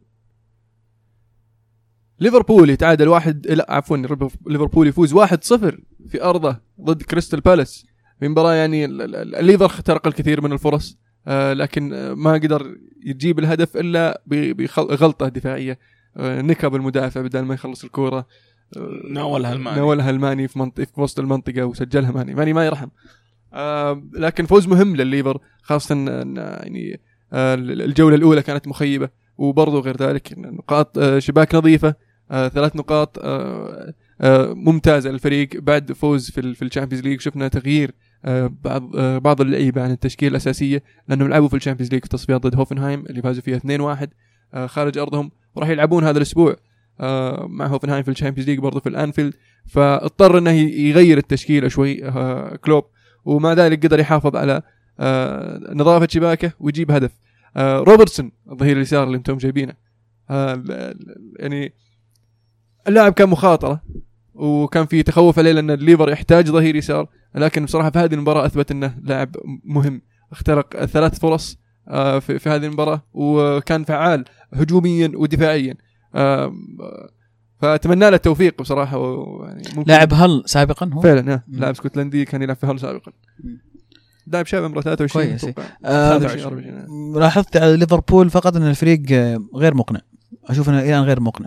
ليفربول يتعادل واحد لا عفوا ليفربول يفوز واحد صفر في أرضه ضد كريستال بالاس في مباراة يعني الليفر اخترق الكثير من الفرص، آه لكن ما قدر يجيب الهدف إلا بغلطة دفاعية. آه نكب المدافع بدل ما يخلص الكرة، آه ناولها الماني ناولها الماني في منطقة في وسط المنطقة وسجلها ماني ماني ما يرحم. آه لكن فوز مهم للليفر خاصة أن يعني آه الجولة الأولى كانت مخيبة، وبرضو غير ذلك نقاط آه شباك نظيفة، آه ثلاث نقاط آه آه ممتازة للفريق بعد فوز في في الشامبيونز ليج. شفنا تغيير آه بعض آه بعض اللعيبة عن التشكيلة الأساسية لأنهم لعبوا في الشامبيونز ليج في تصفيات ضد هوفنهايم اللي فازوا فيها اثنين واحد آه خارج أرضهم، وراح يلعبون هذا الأسبوع آه مع هوفنهايم في الشامبيونز ليج برضو في الأنفيلد، فاضطر أنه يغير التشكيلة شوي آه كلوب، ومع ذلك قدر يحافظ على آه نظافة شباكه ويجيب هدف. آه روبرتسون الظهير اليسار اللي انتم جايبينه آه يعني اللاعب كان مخاطرة وكان في تخوف عليه لأن الليفر يحتاج ظهير يسار، لكن بصراحة في هذه المباراة أثبت أنه لاعب مهم، اخترق ثلاث فرص آه في, في هذه المباراة وكان فعال هجوميا ودفاعيا، آه فأتمنى له التوفيق بصراحة. يعني لاعب هل سابقا هو فعلا آه لاعب اسكتلندي كان يلعب في هل سابقا، لاعب شاب عمره ثلاثة وعشرين. آه لاحظت على ليفربول فقط ان الفريق غير مقنع، اشوف انه الان غير مقنع.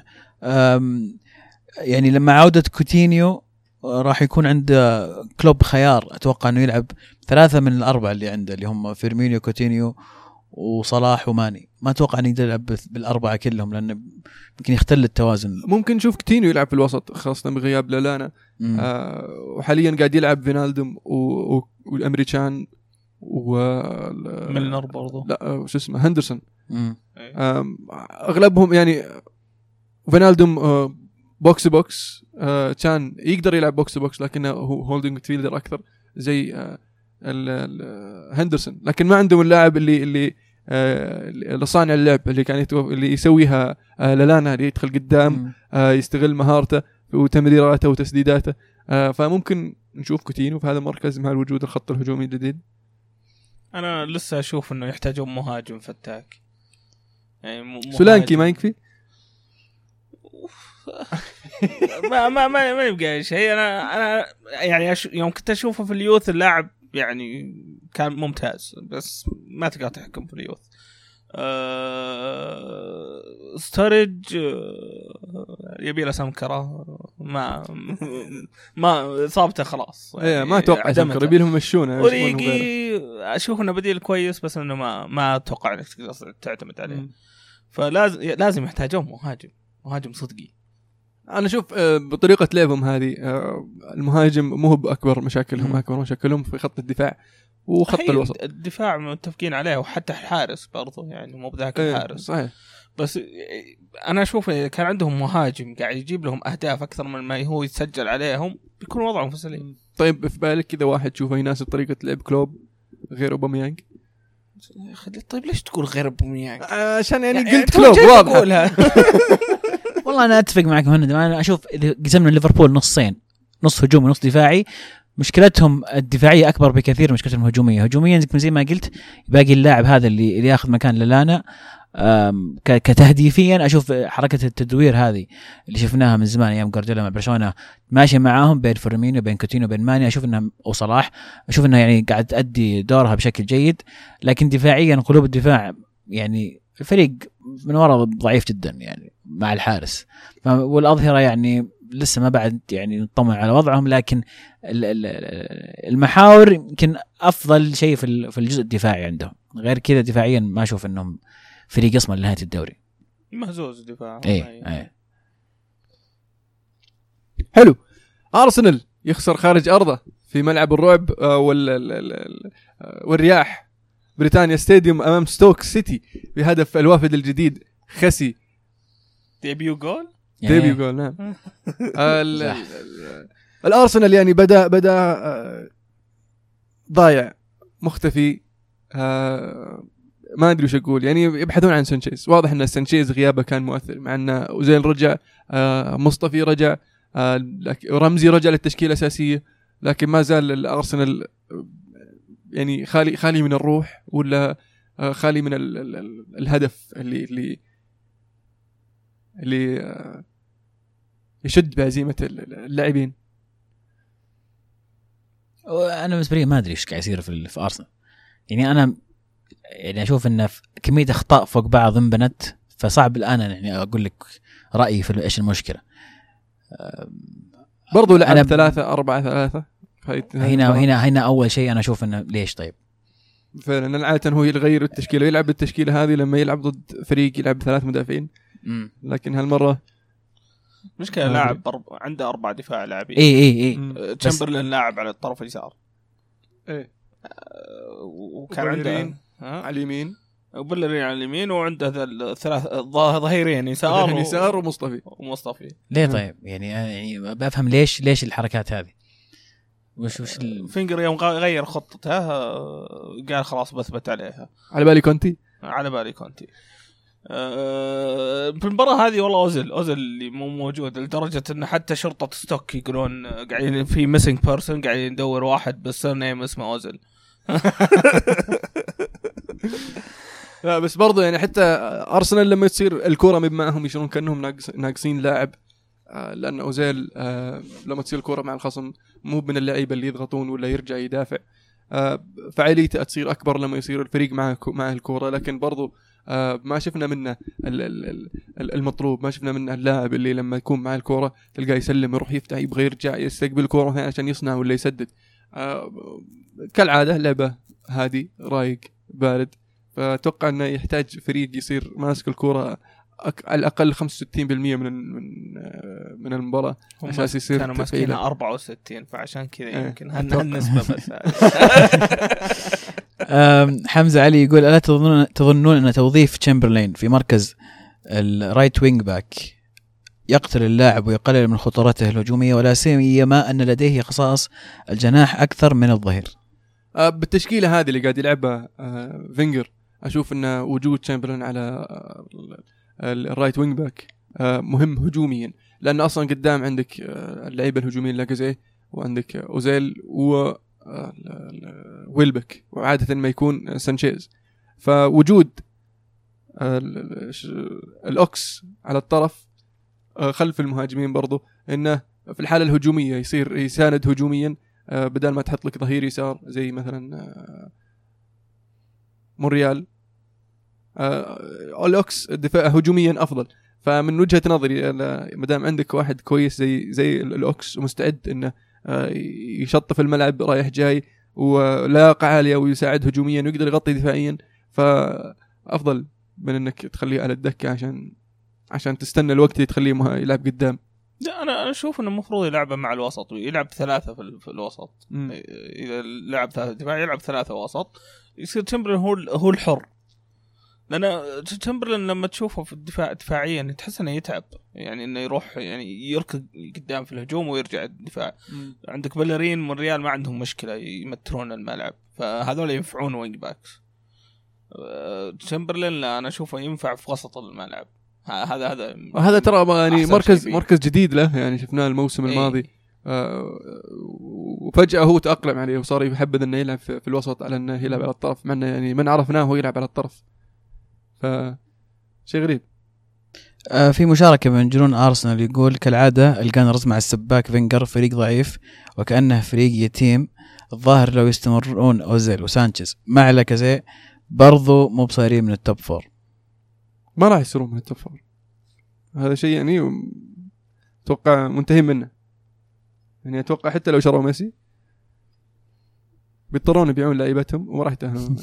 يعني لما عودة كوتينيو راح يكون عند كلوب خيار، اتوقع انه يلعب ثلاثة من الاربعة اللي عنده اللي هم فيرمينيو كوتينيو وصلاح وماني، ما اتوقع انه يقدر يلعب بالاربعة كلهم لانه ممكن يختل التوازن. ممكن نشوف كوتينيو يلعب في الوسط خاصة بغياب لالانا، آه وحاليا قاعد يلعب فينالدوم والامريكان وميلنر برضو لا وش اسمه هندرسون، اغلبهم يعني فينالدوم بوكس بوكس كان يقدر يلعب بوكس بوكس لكنه هو هولدنج فيلدر اكثر زي هندرسون، لكن ما عندهم اللاعب اللي اللي اللي صانع اللعب اللي كان اللي يسويها لالانا، اللي يدخل قدام يستغل مهارته وتمريراته وتسديداته. فممكن نشوف كوتينيو في هذا المركز مع الوجود الخط الهجومي الجديد. انا لسه اشوف انه يحتاجون مهاجم فتاك، يعني سولانكي ما يكفي ما ما ما ما يبقى شيء. انا انا يعني أش... يوم كنت اشوفه في اليوث اللاعب يعني كان ممتاز، بس ما تقدر تحكم في اليوث. أه... ستورج أه... يبي له سمكره، ما ما صابته خلاص يعني ايه ما اتوقع سمكره، يبي لهم يمشونه. اوريجي اشوف انه بديل كويس بس انه ما ما اتوقع انك تقدر تعتمد عليه، م. فلازم لازم يحتاجون مهاجم مهاجم صدقي. انا اشوف بطريقه لعبهم هذه المهاجم مو هو باكبر مشاكلهم، اكبر مشاكلهم في خط الدفاع وخط الوسط. الدفاع متفقين عليه، وحتى الحارس برضه يعني مو بذاك الحارس صحيح. بس انا اشوف اذا كان عندهم مهاجم قاعد يجيب لهم اهداف اكثر من ما هو يتسجل عليهم بيكون وضعهم في سليم. طيب في بالك كذا واحد تشوفه يناسب طريقه لعب كلوب غير اوباميانج؟ طيب ليش تقول غير اوباميانج؟ عشان يعني, يعني قلت كلوب واضح. والله انا اتفق معك مهند. انا اشوف اذا قسمنا ليفربول نصين، نص هجومي ونص دفاعي، مشكلتهم الدفاعيه اكبر بكثير من مشكلتهم الهجوميه. هجوميا زي ما قلت باقي اللاعب هذا اللي اللي ياخذ مكان للانا. كتهديفيا اشوف حركه التدوير هذه اللي شفناها من زمان ايام جوارديولا مع برشلونه ماشي معاهم بين فيرمينيو بين كوتينو بين ماني، اشوف انها او صلاح، اشوف انها يعني قاعد تؤدي دورها بشكل جيد. لكن دفاعيا قلوب الدفاع يعني الفريق من وراء ضعيف جدا يعني مع الحارس، والاظهره يعني لسه ما بعد يعني نطمع على وضعهم. لكن المحاور يمكن افضل شيء في في الجزء الدفاعي عندهم، غير كذا دفاعيا ما اشوف انهم فريق يصمد لنهايه الدوري. مهزوز دفاع. اي اي حلو. ارسنال يخسر خارج ارضه في ملعب الرعب وال والرياح بريطانيا ستاديوم امام ستوك سيتي بهدف الوافد الجديد خسي. ديبيو جول ديبيو جول نعم. الارسنال يعني بدا بدا ضايع مختفي، ما ادري وش اقول. يعني يبحثون عن سانشيز، واضح ان سانشيز غيابه كان مؤثر، مع ان اوزيل رجع، مصطفى رجع، رمزي رجع للتشكيله الاساسيه، لكن ما زال الارسنال يعني خالي خالي من الروح، ولا خالي من ال ال ال الهدف اللي اللي اللي يشد بعزيمه اللاعبين. انا بالنسبه لي ما ادري ايش قاعد يصير في في ارسنال. يعني انا يعني اشوف ان كميه اخطاء فوق بعض انبنت، فصعب الان يعني اقول لك رايي في ايش المشكله. برضو لعب ثلاثة أربعة ثلاثة هنا هنا هنا أول شيء أنا أشوف إنه ليش. طيب فعلا العادة هو يغير التشكيلة، يلعب بالتشكيلة هذه لما يلعب ضد فريق يلعب ثلاث مدافعين. م. لكن هالمرة مشكلة لاعب عنده أربع دفاع لاعبين. إيه إيه إيه تشامبرلين لاعب على الطرف اليسار. إيه وكان عنده على اليمين وبلرين على اليمين، وعنده الثلاث ظهيرين يسار يسار ومصطفى ومصطفى. ليه طيب يعني يعني بفهم ليش ليش الحركات هذه. وش وش فينجر يوم غير خطته قال خلاص بثبت عليها. على بالي كونتي على بالي كونتي أه في المباراة هذه والله أوزل أوزل اللي مو موجود، لدرجة إن حتى شرطة ستوك يقولون قاعدين في ميسنج بيرسون، قاعدين ندور واحد بس نيم اسمه أوزل. لا بس برضو يعني حتى أرسنال لما تصير الكرة من معهم يشعرون كأنهم ناقص ناقصين لاعب، لأن أوزيل لما تصير الكرة مع الخصم مو من اللعيبة اللي يضغطون ولا يرجع يدافع، فعاليته تصير أكبر لما يصير الفريق معه مع الكرة. لكن برضو ما شفنا منه المطلوب، ما شفنا منه اللاعب اللي لما يكون مع الكرة تلقاه يسلم يروح يفتح يبغى يرجع يستقبل الكرة عشان يصنع ولا يسدد. كالعادة لعبة هادي رايق بارد، فأتوقع أنه يحتاج فريق يصير ماسك الكرة أك... على الأقل خمسة وستين بالمئة من من من المباراة عشان يصير كانوا ماسكينها أربعة وستين، فعشان كذا يمكن هالنسبة بس. حمزة علي يقول ألا تظنون تظنون أن توظيف تشامبرلين في مركز الرايت وينج باك يقتل اللاعب ويقلل من خطورته الهجومية، ولا سيما أن لديه خصائص الجناح أكثر من الظهير؟ بالتشكيلة هذه اللي قاعد يلعبها فينجر أشوف أن وجود تشامبرلين على الرايت وينج باك مهم هجوميا، لأن أصلا قدام عندك اللعيبة الهجوميين لاكازيه وعندك أوزيل وويلبك وعادة ما يكون سانشيز، فوجود الأوكس على الطرف خلف المهاجمين برضو إنه في الحالة الهجومية يصير يساند هجوميا، بدل ما تحط لك ظهير يسار زي مثلا مونريال. الأوكس الدفاع هجوميا أفضل، فمن وجهة نظري مدام عندك واحد كويس زي زي الأوكس ومستعد إنه يشطف الملعب رايح جاي ولاقة عالية ويساعد هجوميا ويقدر يغطي دفاعيا، فأفضل من إنك تخليه على الدكة عشان عشان تستنى الوقت اللي تخليه يلعب قدام. لا أنا أشوف إنه المفروض يلعب مع الوسط ويلعب ثلاثة في الوسط. م. إذا لعب ثلاثة دفاع يلعب ثلاثة وسط، يصير تشامبرلين هو هو الحر، لأن تشامبرلين لما تشوفه في الدفاع دفاعيا تحس إنه يتعب يعني إنه يروح يعني يركض قدام في الهجوم ويرجع الدفاع. م. عندك بلرين من ريال ما عندهم مشكلة يمترون الملعب فهذول ينفعون وينج باكس. تشامبرلين لا أنا أشوفه ينفع في وسط الملعب. هذا هذا هذا ترى يعني مركز مركز جديد له يعني شفناه الموسم إيه. الماضي آه وفجأة هو تأقلم عليه وصار يحبذ إنه يلعب في, في الوسط على إنه يلعب على الطرف مع إنه يعني من عرفناه هو يلعب على الطرف فشيء غريب. آه في مشاركة من جنون أرسنال يقول كالعادة الجانرز مع السباك فينجر فريق ضعيف وكأنه فريق يتيم. الظاهر لو يستمرون أوزيل وسانشيز مع لاكازيت برضو مو بصارين من التوب فور. ما راح يصيرون من التوب فور هذا شيء يعني أتوقع منتهي منه يعني أتوقع حتى لو شروا ميسي بيضطرون يبيعون لاعبتهم وما راح يتأهلون.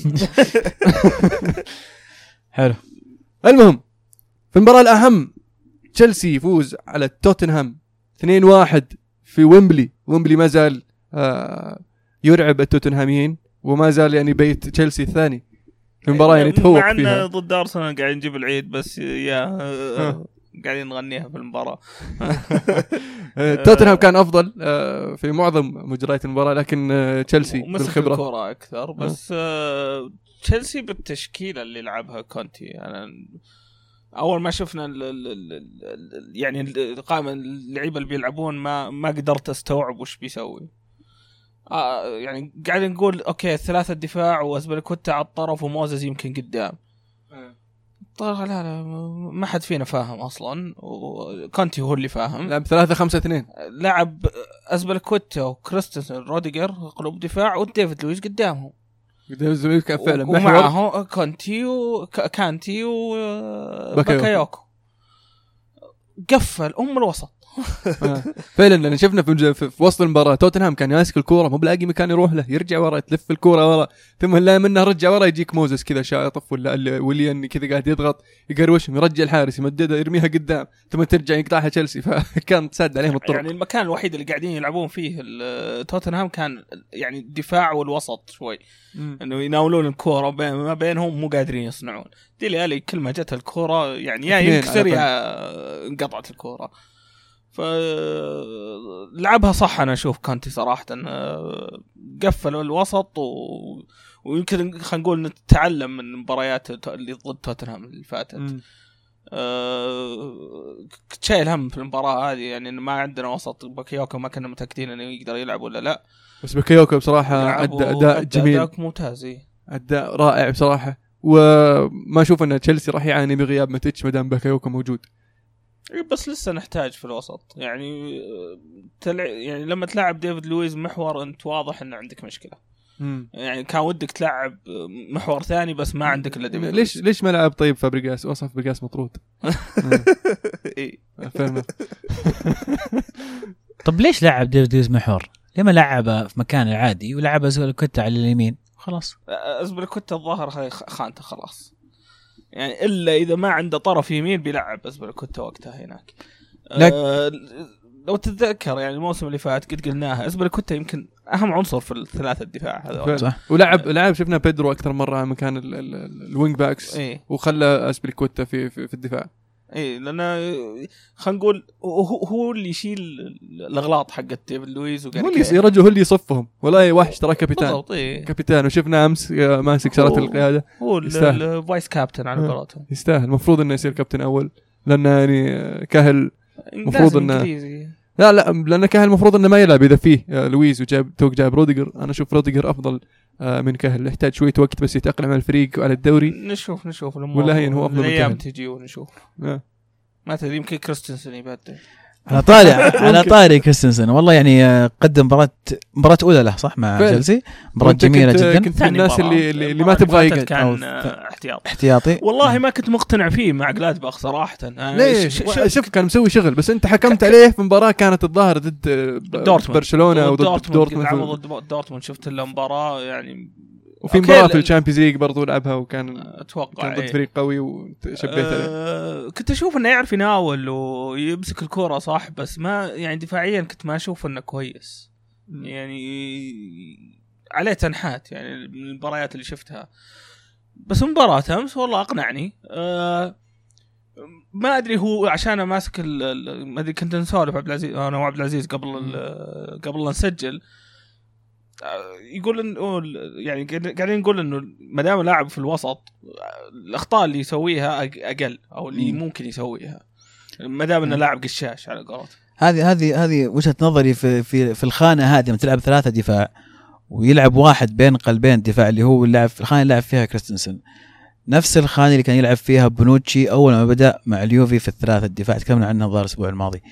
حلو. المهم في المباراة الأهم تشيلسي يفوز على توتنهام اثنين واحد في ويمبلي. ويمبلي ما زال آه يرعب التوتنهاميين وما زال يعني بيت تشيلسي الثاني في المباراة يعني تفوق فيها. معنا ضد أرسنال قاعدين نجيب العيد بس يا قاعدين نغنيها في المباراة. توتنهام كان أفضل في معظم مجريات المباراة لكن تشيلسي بالخبرة الكرة أكثر بس تشيلسي بالتشكيلة اللي لعبها كونتي. أنا أول ما شفنا ال ال ال يعني القائمة اللعيبة اللي بيلعبون ما ما قدرت أستوعب وش بيسوي. آه يعني قاعد نقول أوكي ثلاثة دفاع وأزبلكوتا على الطرف وموزز يمكن قدام. طيب لا لا ما حد فينا فاهم أصلاً وكونتي هو اللي فاهم. لعب ثلاثة خمسة اثنين لعب أزبلكوتا وكريستنسن روديجر قلوب دفاع وديفيد لويس قدامهم. ديفيد لويس كان فعلا ومعه كونتي وكانتي وباكايوكو قفل أم الوسط. فعلا لأن شفنا في, في وسط المباراة توتنهام كان يمسك الكورة مو بلاقي مكان يروح له يرجع ورا تلف الكورة ورا ثم لا منه رجع ورا يجيك موزس كذا شاطف ولا ويليان كذا قاعد يضغط يقروشهم يرجع الحارس يمددها يرميها قدام ثم ترجع يقطعها تشيلسي فكان تسد عليهم الطرق. يعني المكان الوحيد اللي قاعدين يلعبون فيه توتنهام كان يعني الدفاع والوسط شوي م. انه يناولون الكورة ما بينهم مو قادرين يصنعون. ديلي ألي كل ما جت الكورة يعني يا ينكسر يا انقطعت الكورة فلعبها صح. أنا أشوف كانتي صراحة قفلوا الوسط و... ويمكن خلينا نقول نتعلم من مباريات اللي ضد توتنهام اللي فاتت. أه... شايل هم في المباراة هذه يعني إنه ما عندنا وسط. باكايوكو ما كنا متأكدين إنه يقدر يلعب ولا لا بس باكايوكو بصراحة أدى أداء جميل أداء ممتاز أداء رائع بصراحة وما أشوف أن تشيلسي راح يعاني بغياب ماتيتش مدام باكايوكو موجود. بس لسه نحتاج في الوسط يعني تلع... يعني لما تلعب ديفيد لويز محور أنت واضح إنه عندك مشكلة. مم. يعني كان ودك تلعب محور ثاني بس ما عندك إلا ديفيد ليش لويز. ليش ما لعب طيب فابريغاس وصف فابريغاس مطرود. إيه فاهم. طب ليش لعب ديفيد لويز محور؟ لما لعبه في مكان العادي ولعب أزبلكوتا على اليمين خلاص. أزبلكوتا الظاهر هاي خانته خلاص يعني إلا إذا ما عنده طرف يمين بيلعب أزبلكوتا وقتها هناك. أه لو تتذكر يعني الموسم اللي فات قد قلناها أزبلكوتا يمكن أهم عنصر في الثلاثة الدفاع هذا. ولعب لعب شفنا بيدرو أكثر مرة مكان الوينج باكس إيه؟ وخلى أزبلكوتا في, في في الدفاع. إيه لأن خلينا نقول هو هو اللي يشيل الأغلاط حقت ديفيد لويز وقال هو اللي رجل هو اللي يصفهم ولا وحش ترى كابتن. إيه؟ كابتن وشفنا أمس ماسك شارة القيادة هو الفايس كابتن على قولتهم يستاهل. المفروض إنه يصير كابتن أول لأن يعني كاهل المفروض إنه لا لا لأن كاهل المفروض إنه ما يلعب إذا فيه لويز وجاب توك جاب روديجر. أنا أشوف روديجر أفضل من كاهل يحتاج شوية وقت بس يتأقلم على الفريق وعلى الدوري. نشوف نشوف ولا هي هو أفضل من كاهل تجي ونشوف ما تدري يمكن كريستنسن يبدل. على طاري على طاري كريستنسن والله يعني قدم مباراة مباراة أولى له صح مع تشيلسي مباراة جميلة جدا. كنت الناس اللي اللي, اللي ما تبغى يقعد كان احتياطي احتياطي والله ما كنت مقتنع فيه مع جلادباخ صراحة. ليش شوف كان مسوي شغل بس أنت حكمت عليه في مباراة كانت الظاهر ضد برشلونة أو ضد دورتموند. ضد دورتموند شفت المباراة يعني وفي مباراة في الشامبيونز ليج برضو لعبها وكان اتوقع ضد فريق قوي وشبيت عليه. أه كنت اشوف انه يعرف يناول ويمسك الكرة صح بس ما يعني دفاعيا كنت ما اشوف انه كويس يعني عليه تنحات يعني من المباريات اللي شفتها. بس مباراة أمس والله أقنعني. أه ما أدري هو عشان ماسك ما أدري كنت نسولف عبد العزيز أنا وعبد العزيز قبل قبل لا نسجل يقول إنه يعني قاعدين نقول إنه ما دام لاعب في الوسط الأخطاء اللي يسويها أقل أو اللي ممكن يسويها ما دام إنه لاعب قشاش على قولته. هذه هذه هذه وجهة نظري في في في الخانة هذه لما تلعب ثلاثة دفاع ويلعب واحد بين قلبين الدفاع اللي هو اللاعب في الخانة اللي لعب فيها كريستنسن نفس الخانة اللي كان يلعب فيها بونوتشي أول ما بدأ مع اليوفي في الثلاثة الدفاع تكلمنا عنها ظهر الأسبوع الماضي.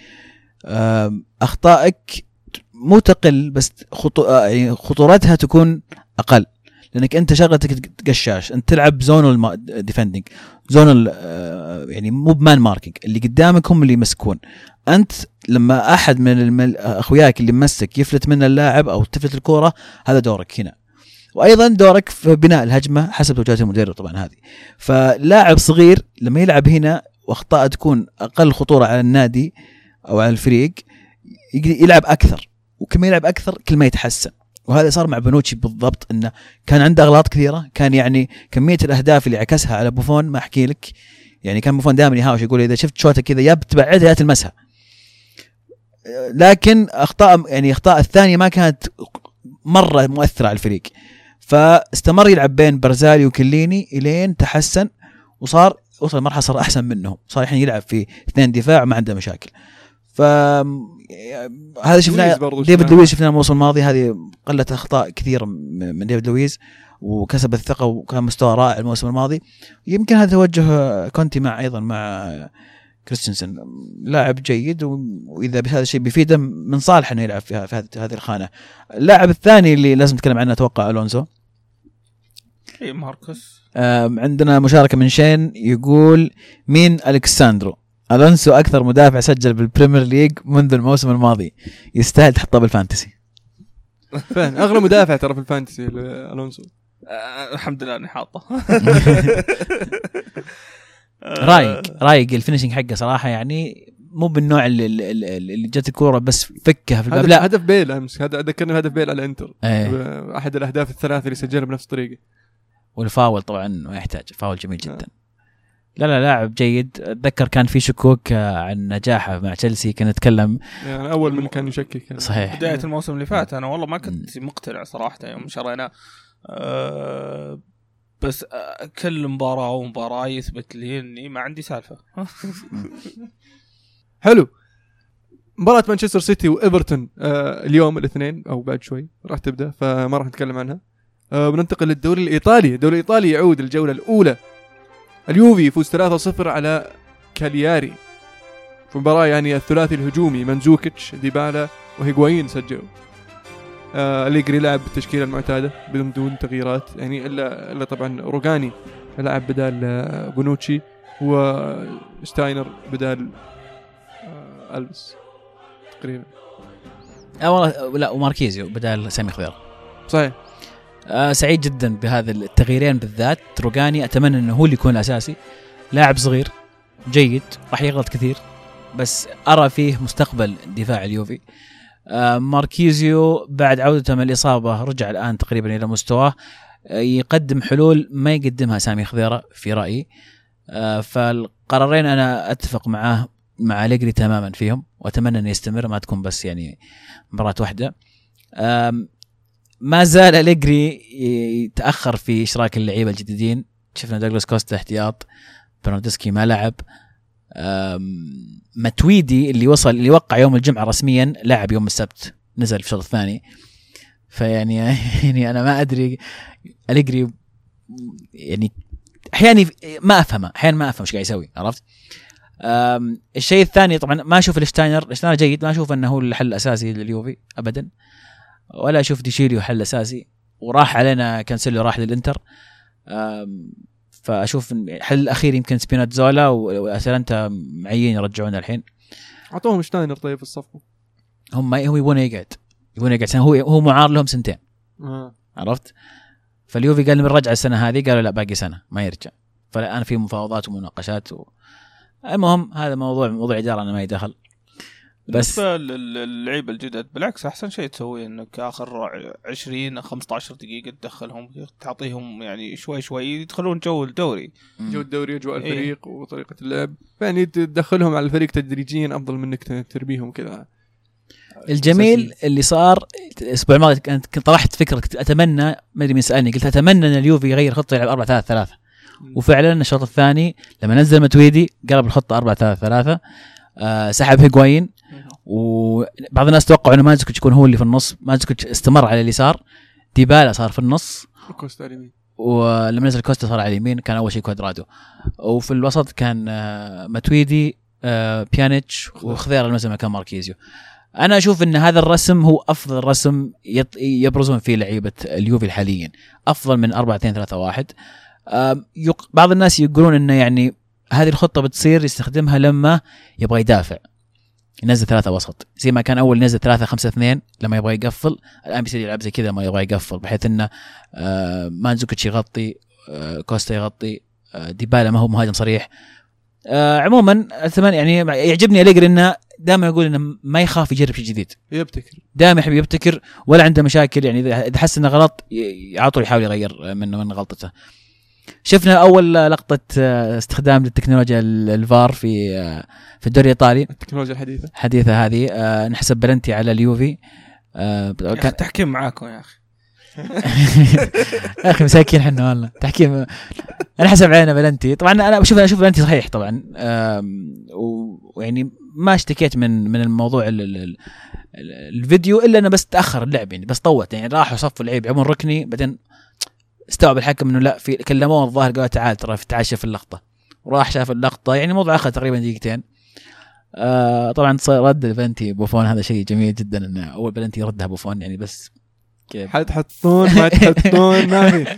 أخطائك مو تقل بس خطو... يعني خطورتها تكون أقل لأنك أنت شغلتك قشاش أنت تلعب زونال ديفندينج زونال يعني مو بمان ماركينج اللي قدامك هم اللي يمسكون. أنت لما أحد من أخوياك اللي مسك يفلت من اللاعب أو تفلت الكرة هذا دورك هنا وأيضا دورك في بناء الهجمة حسب توجيهات المدرب طبعا هذه. فلاعب صغير لما يلعب هنا واخطاء تكون أقل خطورة على النادي أو على الفريق يلعب أكثر وكل ما يلعب أكثر كل ما يتحسن. وهذا صار مع بونوتشي بالضبط إنه كان عنده أغلاط كثيرة كان يعني كمية الأهداف اللي عكسها على بوفون ما أحكي لك يعني كان بوفون دائما يهاوش يقول إذا شفت شوطة كذا يا بتبعدها يا تلمسها لكن أخطاء يعني أخطاء الثانية ما كانت مرة مؤثرة على الفريق. فاستمر يلعب بين برزالي وكليني إلين تحسن وصار وصل مرحلة صار أحسن منهم صار الحين يلعب في اثنين دفاع ما عنده مشاكل. ف هذا شفنا ديفيد لويز شفنا الموسم الماضي هذه قلة أخطاء كثير من ديفيد لويز وكسب الثقة وكان مستوى رائع الموسم الماضي. يمكن هذا توجه كونتي مع أيضا مع كريستنسن لاعب جيد وإذا بهذا الشيء بيفيده من صالح أنه يلعب في هذه الخانة. اللاعب الثاني اللي لازم نتكلم عنه أتوقع ألونزو إيه ماركوس. عندنا مشاركة من شين يقول مين ألكساندرو ألونسو أكثر مدافع سجل بالبريمير ليج منذ الموسم الماضي يستاهل تحطه بالفانتسي. فين أغلى مدافع ترى في الفانتسي ألونسو أه الحمد لله أني حاطه. رايق رايق الفينيشنج حقه صراحة يعني مو بالنوع اللي, اللي جت الكورة بس فكها في الباب. لا هدف بيل أمس هذا ذكرني هدف بيل على إنتر ايه. أحد الأهداف الثلاثة اللي سجلها بنفس الطريقة. والفاول طبعا ما يحتاج فاول جميل جدا. لا لا لاعب جيد. أتذكر كان في شكوك عن نجاحه مع تشيلسي كان نتكلم يعني أول من كان يشكك صحيح بداية الموسم اللي فات أنا والله ما كنت مقتنع صراحة يوم شرينا أه بس كل مباراة ومباراة يثبت لي إني ما عندي سالفة. حلو. مباراة مانشستر سيتي وإيفرتون آه اليوم الاثنين أو بعد شوي راح تبدأ فما راح نتكلم عنها. آه بننتقل للدوري الإيطالي. الدوري الإيطالي يعود الجولة الأولى. اليوفي يفوز ثلاثة صفر على كالياري في مباراة يعني الثلاثي الهجومي منزوكيتش ديبالا وهيغوايين سجلوا. آه أليجري لعب بالتشكيلة المعتادة بدون دون تغييرات يعني إلا إلا طبعا روغاني لعب بدال آه بونوتشي وشتاينر بدال آه ألبس تقريبا. اه والله لا وماركيزيو بدال سامي خضير صحيح. آه سعيد جدا بهذا التغييرين بالذات. روغاني أتمنى أنه هو اللي يكون الأساسي. لاعب صغير جيد راح يغلط كثير بس أرى فيه مستقبل دفاع اليوفي. آه ماركيزيو بعد عودته من الإصابة رجع الآن تقريبا إلى مستواه. آه يقدم حلول ما يقدمها سامي خضيرة في رأيي. آه فالقرارين أنا أتفق معاه مع أليجري تماما فيهم وأتمنى أن يستمر ما تكون بس يعني مباراة واحدة. آه ما زال أليجري يتأخر في إشراك اللعيبة الجديدين. شفنا دوغلاس كوستا احتياط برناردسكي ما لعب. متويدي اللي وصل اللي وقع يوم الجمعة رسميا لعب يوم السبت نزل في الشوط الثاني. فيعني يعني أنا ما أدري أليجري يعني أحيانا ما أفهمه أحيانا ما أفهم إيش قاعد يسوي عرفت. الشيء الثاني طبعا ما أشوف الشتاينر الشتاينر جيد ما أشوف أنه هو الحل الأساسي لليوفي أبدا ولا أشوف ديشيليو حل أساسي وراح علينا كانسيلو راح للإنتر. فأشوف الحل الأخير يمكن سبيناتزولا وأتلانتا معين يرجعون الحين. أعطوهم شتاينر طيب في الصفقة. هم هو يبون يقعد يبون يقعد سنة هو هو معار لهم سنتين آه. عرفت. فاليوفي قال بنرجع السنة هذه قالوا لا باقي سنة ما يرجع. فالآن في مفاوضات ومناقشات و... المهم هذا موضوع موضوع إدارة أنا ما يدخل. بس اللعيبه الجدد بالعكس احسن شيء تسويه انك اخر عشرين خمسة عشر دقيقه تدخلهم تعطيهم يعني شوي شوي يدخلون جو الدوري جو الدوري اجواء الفريق إيه؟ وطريقه اللعب يعني تدخلهم على الفريق تدريجيا افضل من انك تربيهم كذا. الجميل أساسي. اللي صار الاسبوع الماضي كنت طرحت فكره اتمنى ما ادري مين سالني قلت اتمنى ان اليوفي يغير خطه يلعب أربعة ثلاثة ثلاثة وفعلا الشوط الثاني لما نزل متويدي قلب الخطه أربعة ثلاثة ثلاثة آه سحب هيغوايين وبعض الناس توقعوا انه مازكوتش يكون هو اللي في النص. مازكوتش استمر على اليسار ديبالا صار في النص كوستا على اليمين ولما نزل كوستا صار على اليمين كان اول شيء كوادرادو وفي الوسط كان آه متويدي آه بيانيتش وخضير المسا مكان ماركيزيو. انا اشوف ان هذا الرسم هو افضل رسم يبرزون فيه لعيبه اليوفي حاليا افضل من أربعة اثنين ثلاثة واحد. بعض الناس يقولون انه يعني هذه الخطه بتصير يستخدمها لما يبغى يدافع ينزل ثلاثة وسط زي ما كان اول ينزل ثلاثة خمسة اثنين لما يبغى يقفل. الان بيصير يلعب زي كذا ما يبغى يقفل بحيث انه مانزوكيتش يغطي كوستا يغطي ديبالا ما هو مهاجم صريح. عموما اتمنى يعني يعجبني أليجري انه دائما يقول انه ما يخاف يجرب شيء جديد يبتكر دائما يحب يبتكر ولا عنده مشاكل يعني اذا حس انه غلط يعطوا يحاول يغير منه من غلطته. شفنا اول لقطه استخدام للتكنولوجيا الفار في في الدوري الايطالي التكنولوجيا الحديثه حديثه هذه نحسب بلنتي على اليوفي كان تحكيم معاكم يا اخي يا اخي مساكين احنا والله تحكيم انا حسب علينا بلنتي طبعا انا بشوف انا اشوف بلنتي صحيح طبعا ويعني ما اشتكيت من من الموضوع الفيديو الا انا بس تاخر اللعب يعني بس طوت يعني راحوا صفوا اللعيب عمون ركني بعدين استوعب الحكم انه لا في كلموه الظاهر قال تعال ترى تعال شوف اللقطه وراح شاف اللقطه يعني الموضوع اخذ تقريبا دقيقتين. آه طبعا رد البلنتي بوفون هذا شيء جميل جدا انه اول بلنتي ردها بوفون يعني بس كيف حتحطون ما تحطون ما في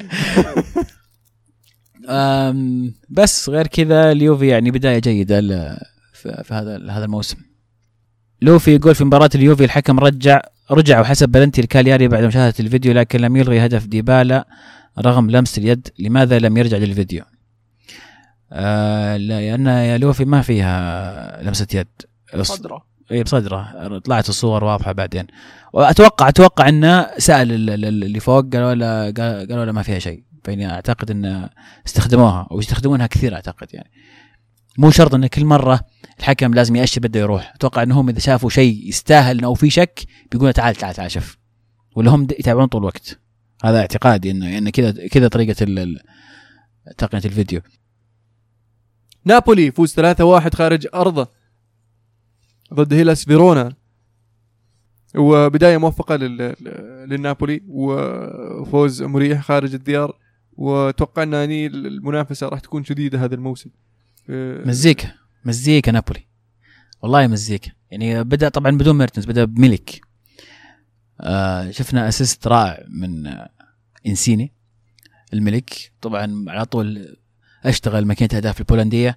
بس غير كذا اليوفي يعني بدايه جيده في هذا هذا الموسم. لوفي يقول في مباراه اليوفي الحكم رجع رجع وحسب بلنتي الكالياري بعد مشاهده الفيديو لكن لم يلغي هدف ديبالا رغم لمس اليد. لماذا لم يرجع للفيديو؟ آه لأن يا لوفي ما فيها لمسة يد صدره اي بصدره طلعت الصور واضحة بعدين وأتوقع أتوقع إنه سأل اللي فوق قالوا له قالوا له ما فيها شيء فإني أعتقد إن استخدموها ويستخدمونها كثير أعتقد يعني مو شرط إن كل مرة الحكم لازم يأشر بده يروح. أتوقع إنهم إذا شافوا شيء يستاهل أو في شك بيقولوا تعال تعال تعال شوف ولا هم يتابعون طول الوقت. هذا اعتقادي إنه إن كذا كذا طريقة تقنية الفيديو. نابولي يفوز ثلاثة واحد خارج أرضه ضد هيلاس فيرونا وبداية موفقة للنابولي وفوز مريح خارج الديار وتوقعنا أن المنافسة راح تكون شديدة هذا الموسم. مزيكا مزيكا نابولي والله مزيكا يعني بدأ طبعا بدون ميرتنز بدأ بميلك. آه شفنا أسيست رائع من آه إنسيني الملك طبعا على طول اشتغل ماكينة أهداف البولندية.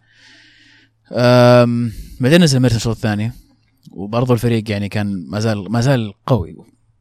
بعدين نزل ميرتنز الشوط الثاني وبرضو الفريق يعني كان ما زال ما زال قوي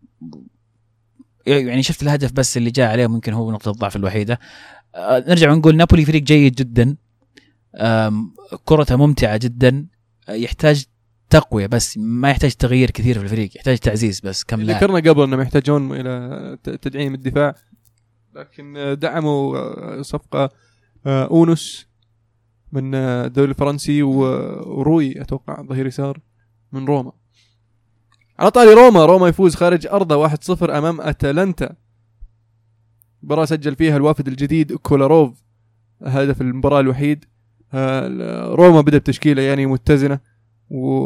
يعني شفت الهدف بس اللي جاء عليه ممكن هو نقطة الضعف الوحيدة. آه نرجع ونقول نابولي فريق جيد جدا كرته ممتعة جدا يحتاج تقوية بس ما يحتاج تغيير كثير في الفريق يحتاج تعزيز بس كم لاعب. ذكرنا قبل انهم يحتاجون الى تدعيم الدفاع لكن دعموا صفقة اونس من الدوري الفرنسي وروي اتوقع ظهير يسار من روما. على طاري روما روما يفوز خارج ارضه واحد صفر امام اتلانتا. مباراة سجل فيها الوافد الجديد كولاروف هدف المباراة الوحيد. روما بدأ بتشكيلة يعني متزنة و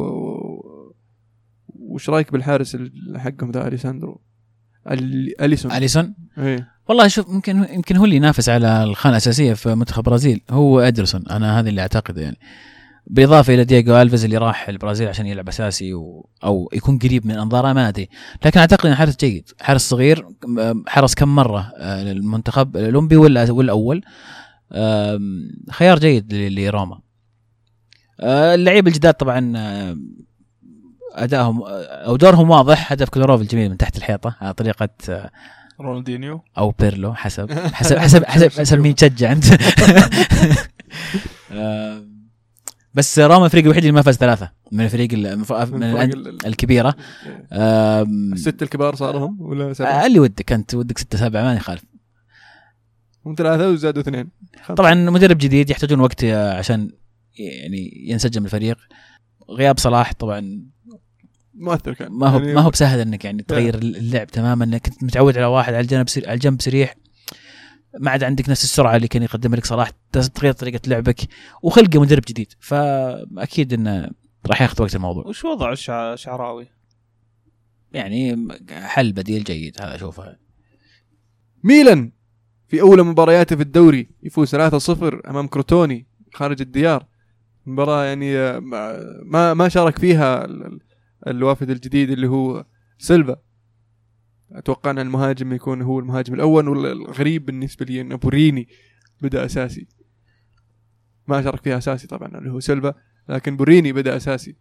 وش رايك بالحارس حقهم ذا أليساندرو أليسون أليسون ايه والله شوف ممكن يمكن هو اللي ينافس على الخانة الأساسية في منتخب البرازيل هو أدرسون أنا هذا اللي أعتقد يعني بالإضافة إلى دييغو ألفيز اللي راح البرازيل عشان يلعب أساسي و... أو يكون قريب من أنظاره ما أدري لكن أعتقد إنه حارس جيد حارس صغير حرس كم مرة المنتخب الأولمبي ولا والأول خيار جيد لروما. اللعيبه الجداد طبعا ادائهم او دورهم واضح هدف كلوروف الجميل من تحت الحيطه على طريقه رونالدينيو او بيرلو حسب حسب حسب حسب, حسب مين تشجع انت. بس روما الفريق الوحيد اللي ما فاز ثلاثة من الفريق المف... من, من ال... الكبيرة. أم... الستة الكبار صارهم ولا سبعة؟ اللي ودك أنت ودك ستة سبعة ما يخالف. هم ثلاثة وزادوا اثنين. طبعا مدرب جديد يحتاجون وقت عشان يعني ينسجم الفريق. غياب صلاح طبعا مؤثر كان. ما هو يعني ما هو بسهل انك يعني تغير اللعب تماما. انك كنت متعود على واحد على الجنب سريع على الجنب سريع ما عاد عندك نفس السرعه اللي كان يقدم لك صلاح. تغير طريقه لعبك وخلق مدرب جديد فاكيد انه راح ياخذ وقت الموضوع. وش وضع الشعراوي؟ يعني حل بديل جيد هذا اشوفه. ميلان في اول مبارياته في الدوري يفوز ثلاثة صفر امام كروتوني خارج الديار. مباراه يعني ما ما شارك فيها الوافد الجديد اللي هو سيلفا. اتوقع ان المهاجم يكون هو المهاجم الاول. والغريب بالنسبه لي ان بوريني بدا اساسي. ما شارك فيها اساسي طبعا اللي هو سيلفا لكن بوريني بدا اساسي.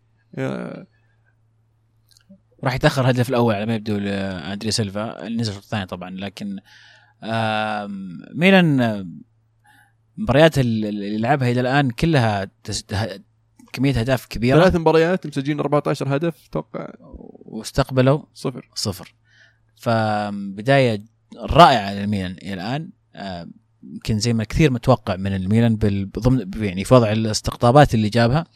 راح يتاخر الهدف الاول على ما يبدو اندري سيلفا. نزل الثاني طبعا. لكن ميلان مباريات اللي لعبها الى الان كلها كميه اهداف كبيره. ثلاث مباريات مسجلين أربعة عشر هدف اتوقع واستقبلوا صفر صفر. فبدايه رائعه للميلان الى الان. يمكن زي ما كثير متوقع من الميلان بالضمن يعني في وضع الاستقطابات اللي جابها.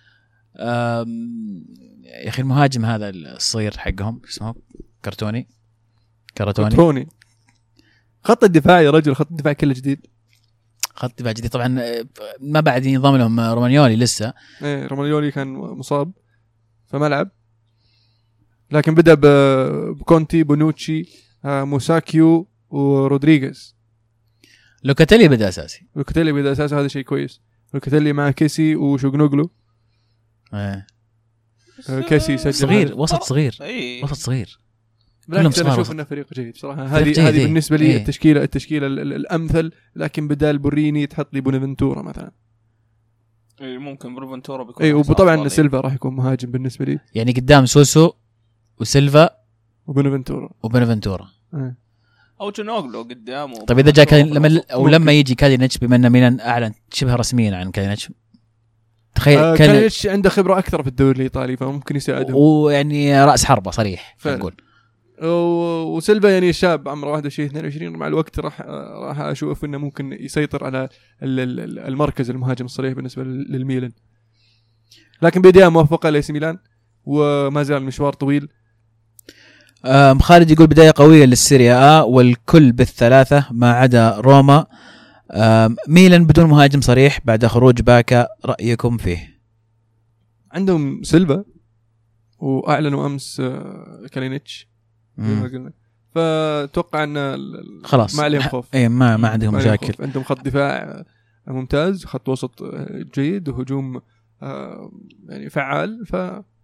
يا اخي المهاجم هذا الصغير حقهم اسمه كرتوني كرتوني كرتوني. خط الدفاع يا رجل خط الدفاع كله جديد. خط دفاع جديد طبعا. ما بعد ينضم لهم رومانيولي لسه. ايه رومانيولي كان مصاب فما لعب. لكن بدا بكونتي بونوتشي موساكيو ورودريغيز. لوكاتيلي بدا اساسي. لوكاتيلي بدا اساسي هذا شيء كويس. لوكاتيلي مع كيسي وشوغنوغلو. ايه كيسي سجل صغير هذا. وسط صغير ايه. وسط صغير. بالعكس انا اشوف انه فريق جيد بصراحه. هذه هذه بالنسبه لي إيه. التشكيله التشكيله الامثل. لكن بدال بوريني تحط لي بونافنتورا مثلا. اي ممكن بونافنتورا بيكون. اي وطبعا سيلفا راح يكون مهاجم بالنسبه لي. يعني قدام سوسو وسيلفا وبونافنتورا وبونافنتورا أه. او جنوغلو قدامه. طيب اذا جاء كان لما او لما يجي كالينيتش بما ان ميلان اعلن شبه رسميا عن كالينيتش. تخيل آه كالينيتش عنده خبره اكثر في الدوري الايطالي فممكن يساعدهم. ويعني راس حربه صريح نقول. وسيلفا يعني شاب عمره واحد وعشرين اثنين وعشرين مع الوقت راح راح اشوف انه ممكن يسيطر على المركز المهاجم الصريح بالنسبه للميلان. لكن بدايه موفقه لإي سي ميلان وما زال المشوار طويل. خالد يقول بدايه قويه للسيريا آ والكل بالثلاثه ما عدا روما. ميلان بدون مهاجم صريح بعد خروج باكا رايكم فيه؟ عندهم سيلفا واعلنوا امس كالينيتش زي ما قلنا. فتوقع ان خلاص ما عليهم خوف. اي ما ما عندهم مشاكل. عندهم خط دفاع ممتاز خط وسط جيد وهجوم يعني فعال. ف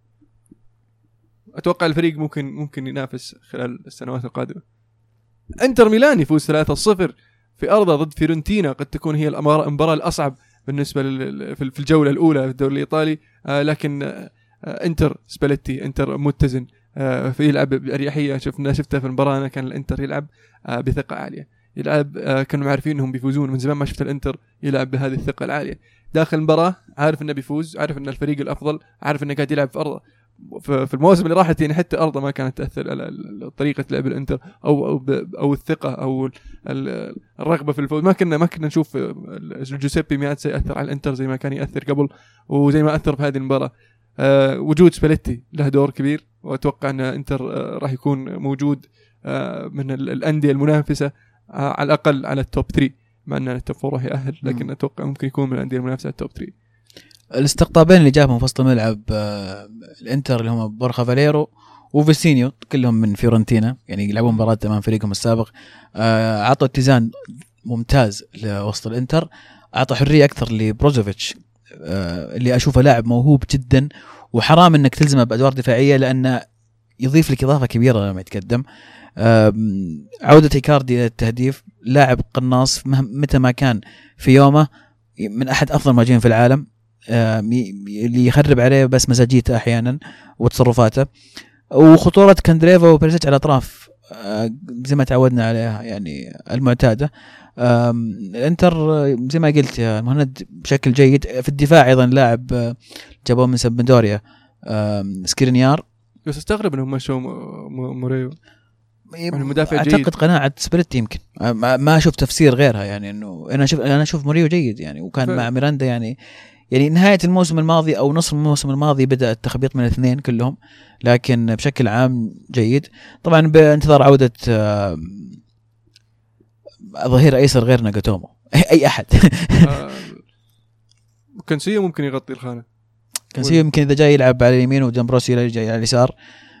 اتوقع الفريق ممكن ممكن ينافس خلال السنوات القادمه. انتر ميلان يفوز ثلاثة صفر في ارضه ضد فيورنتينا. قد تكون هي المباراه الاصعب بالنسبه في الجوله الاولى في الدوري الايطالي. لكن انتر سباليتي انتر متزن في يلعب بأريحية. شفنا شفتها في المباراة كان الانتر يلعب بثقة عالية. يلعب كانوا عارفين انهم بيفوزون. من زمان ما شفت الانتر يلعب بهذه الثقة العالية داخل المباراة. عارف انه بيفوز عارف ان الفريق الافضل عارف انه قاعد يلعب في ارضه. في الموسم اللي راحت يعني حتى ارضه ما كانت تاثر على طريقه لعب الانتر او او, او الثقه او الرغبه في الفوز. ما كنا ما كنا نشوف جوزيبي مياتزا ياثر على الانتر زي ما كان ياثر قبل وزي ما اثر في هذه المباراه. أه وجود سباليتي له دور كبير واتوقع ان انتر أه راح يكون موجود أه من الانديه المنافسه أه على الاقل على التوب ثلاثة. مع ان التوب أربعة راح يأهل لكن اتوقع ممكن يكون من الانديه المنافسه على التوب ثلاثة. الاستقطابين اللي جابهم في وسط الملعب أه الانتر اللي هم بورخا فاليرو وفيسينيو كلهم من فيورنتينا يعني يلعبون مباراه امام فريقهم السابق. أه عطوا اتزان ممتاز لوسط الانتر. اعطى حريه اكثر لبروزوفيتش أه اللي اشوفه لاعب موهوب جدا وحرام انك تلزمه بادوار دفاعيه لانه يضيف لك اضافه كبيره لما يتقدم. عوده ايكاردي للتهديف لاعب قناص متى ما كان في يومه من احد افضل المهاجمين في العالم. اللي يخرب عليه بس مزاجيته احيانا وتصرفاته وخطوره كاندريفا وبريسيتش على الاطراف زي ما تعودنا عليها يعني المعتاده. الانتر زي ما قلت يا مهند بشكل جيد في الدفاع. ايضا لاعب جابوه من سامبدوريا سكرينيار، بس استغرب انهم مشوا موريو المدافع جيد. اعتقد قناعه سبريت يمكن ما اشوف تفسير غيرها، يعني انه انا اشوف انا اشوف موريو جيد يعني، وكان ف... مع ميراندا يعني يعني نهايه الموسم الماضي او نصف الموسم الماضي بدا التخبيط من الاثنين كلهم، لكن بشكل عام جيد. طبعا بانتظار عوده ظهير ايسر غير ناغاتومو اي احد. كانسيو ممكن يغطي الخانه، كانسيو يمكن اذا جاي يلعب على اليمين ودمبروسي جاي على اليسار.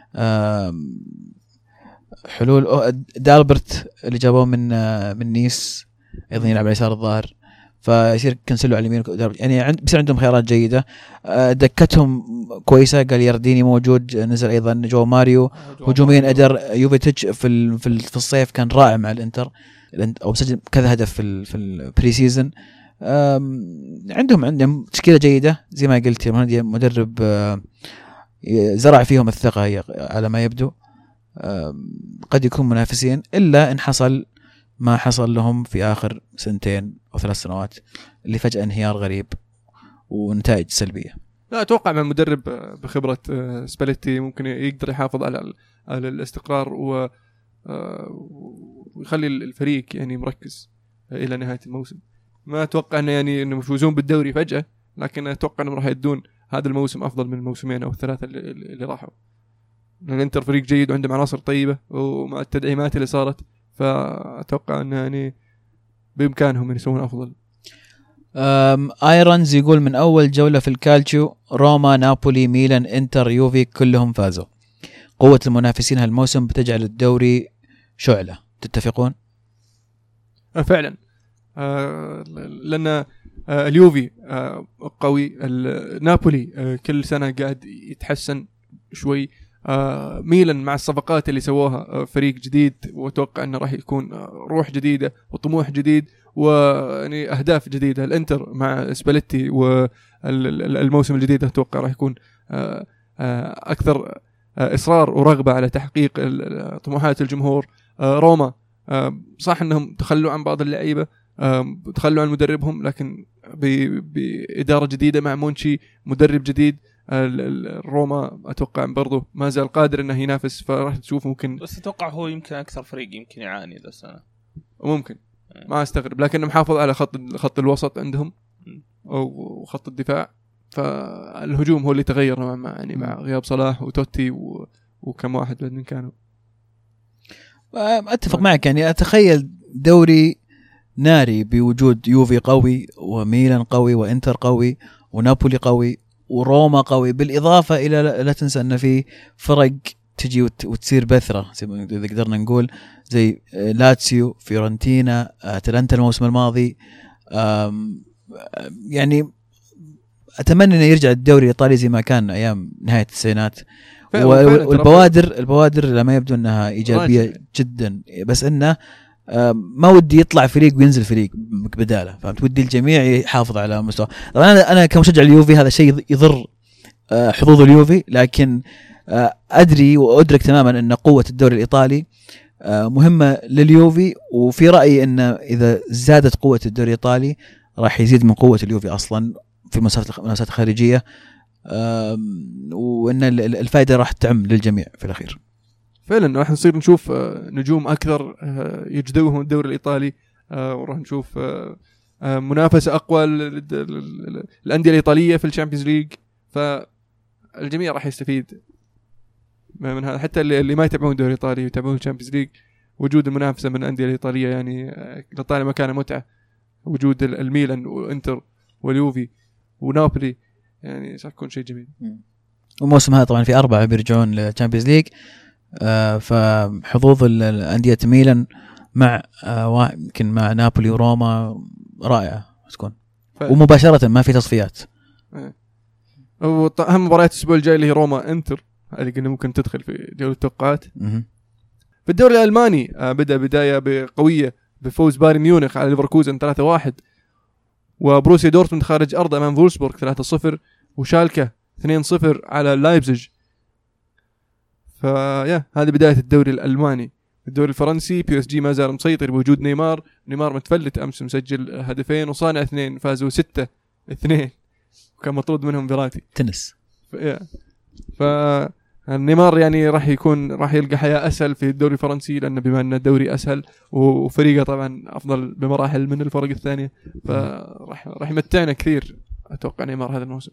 حلول دالبرت اللي جابوه من من نيس ايضا يلعب على يسار الظاهر، فيصير كنسلوا على اليمين يعني عند بيصير عندهم خيارات جيده. دكتهم كويسه، قال يرديني موجود، نزل ايضا جو ماريو. هجوميا ادر يوفيتش في في الصيف كان رائع مع الانتر، او سجل كذا هدف في في البري سيزون. عندهم عندهم تشكيله جيده زي ما قلت، مدرب زرع فيهم الثقه على ما يبدو. قد يكون منافسين إلا إن حصل ما حصل لهم في آخر سنتين أو ثلاث سنوات اللي فجأة انهيار غريب ونتائج سلبية. لا أتوقع مع مدرب بخبرة سباليتي ممكن يقدر يحافظ على على الاستقرار ويخلي الفريق يعني مركز إلى نهاية الموسم. ما أتوقع أنه يعني إنه يفوزون بالدوري فجأة، لكن أتوقع أنهم راح يدون هذا الموسم أفضل من الموسمين أو الثلاثة اللي, اللي راحوا. الانتر فريق جيد وعندهم عناصر طيبة، ومع التدعيمات اللي صارت فأتوقع أن يعني بإمكانهم أن يسوون أفضل. ايرونز يقول من أول جولة في الكالتشيو روما نابولي ميلان انتر يوفي كلهم فازوا. قوة المنافسين هالموسم بتجعل الدوري شعلة، تتفقون؟ فعلا آه لأن آه اليوفي آه قوي، نابولي آه كل سنة قاعد يتحسن شوي. آه ميلان مع الصفقات اللي سووها آه فريق جديد، واتوقع انه راح يكون آه روح جديده وطموح جديد ويعني اهداف جديده. الانتر مع سباليتي والموسم الجديد اتوقع راح يكون آه آه اكثر آه اصرار ورغبه على تحقيق طموحات الجمهور. آه روما آه صح انهم تخلوا عن بعض اللعيبه، آه تخلوا عن مدربهم، لكن باداره جديده مع مونشي مدرب جديد روما اتوقع برضو ما زال قادر انه ينافس، فراح تشوف ممكن. بس اتوقع هو يمكن اكثر فريق يمكن يعاني ذا السنه، ممكن ما استغرب، لكنه محافظ على خط خط الوسط عندهم او خط الدفاع. فالهجوم هو اللي تغير نوعا ما يعني مع غياب صلاح وتوتي و... وكم واحد من كانوا. اتفق معك، يعني اتخيل دوري ناري بوجود يوفي قوي وميلان قوي وانتر قوي ونابولي قوي وروما قوي، بالإضافة إلى لا تنسى أن في فرق تجي وتصير بثرة إذا قدرنا نقول زي لاتسيو، فيورنتينا، أتلانتا الموسم الماضي. يعني أتمنى أن يرجع الدوري الإيطالي زي ما كان أيام نهاية التسعينات، والبوادر البوادر لما يبدو أنها إيجابية جدا، بس أنه ما ودي يطلع فريق وينزل فريق بداله، فهمت؟ ودي الجميع يحافظ على مستوى. طبعا انا انا كمشجع اليوفي هذا شيء يضر حظوظ اليوفي، لكن ادري وادرك تماما ان قوه الدوري الايطالي مهمه لليوفي، وفي رايي ان اذا زادت قوه الدوري الايطالي راح يزيد من قوه اليوفي اصلا في المنافسات الخارجيه، وان الفائده راح تعم للجميع في الاخير. فعلا راح نصير نشوف نجوم أكثر يجذبهم الدوري الإيطالي، وراح نشوف منافسة أقوى للأندية الإيطالية في الشامبيونز ليج، فالجميع راح يستفيد من هذا. حتى اللي ما يتابعون الدوري الإيطالي يتابعون الشامبيونز ليج، وجود المنافسة من الأندية الإيطالية يعني لطالما كان متعة. وجود الميلان والإنتر واليوفي ونابولي يعني سيكون شيء جميل. والموسم هذا طبعا في أربعة بيرجعون للشامبيونز ليج، آه فحظوظ الأندية ميلان مع آه يمكن مع نابولي وروما رائعة تكون، ومباشرة ما في تصفيات. أهم مباريات الأسبوع الجاي اللي هي روما إنتر، اللي قلنا ممكن تدخل في جولة التوقعات. في الدوري الألماني آه بدأ بداية بقوية بفوز بايرن ميونخ على ليفركوزن ثلاثة واحد، وبروسيا دورتموند خارج أرض أمام فولسبورغ ثلاثة صفر، وشالكة اثنين صفر على لايبزيج. فيا هذه بداية الدوري الألماني. الدوري الفرنسي بي اس جي ما زال مسيطر بوجود نيمار. نيمار متفلت امس مسجل هدفين وصانع اثنين، فازوا ستة اثنين وكان مطرود منهم فيراتي. تنس ف نيمار يعني راح يكون راح يلقى حياة اسهل في الدوري الفرنسي، لانه بما ان الدوري اسهل وفريقه طبعا افضل بمراحل من الفرق الثانيه، فراح راح يمتعنا كثير اتوقع نيمار هذا الموسم.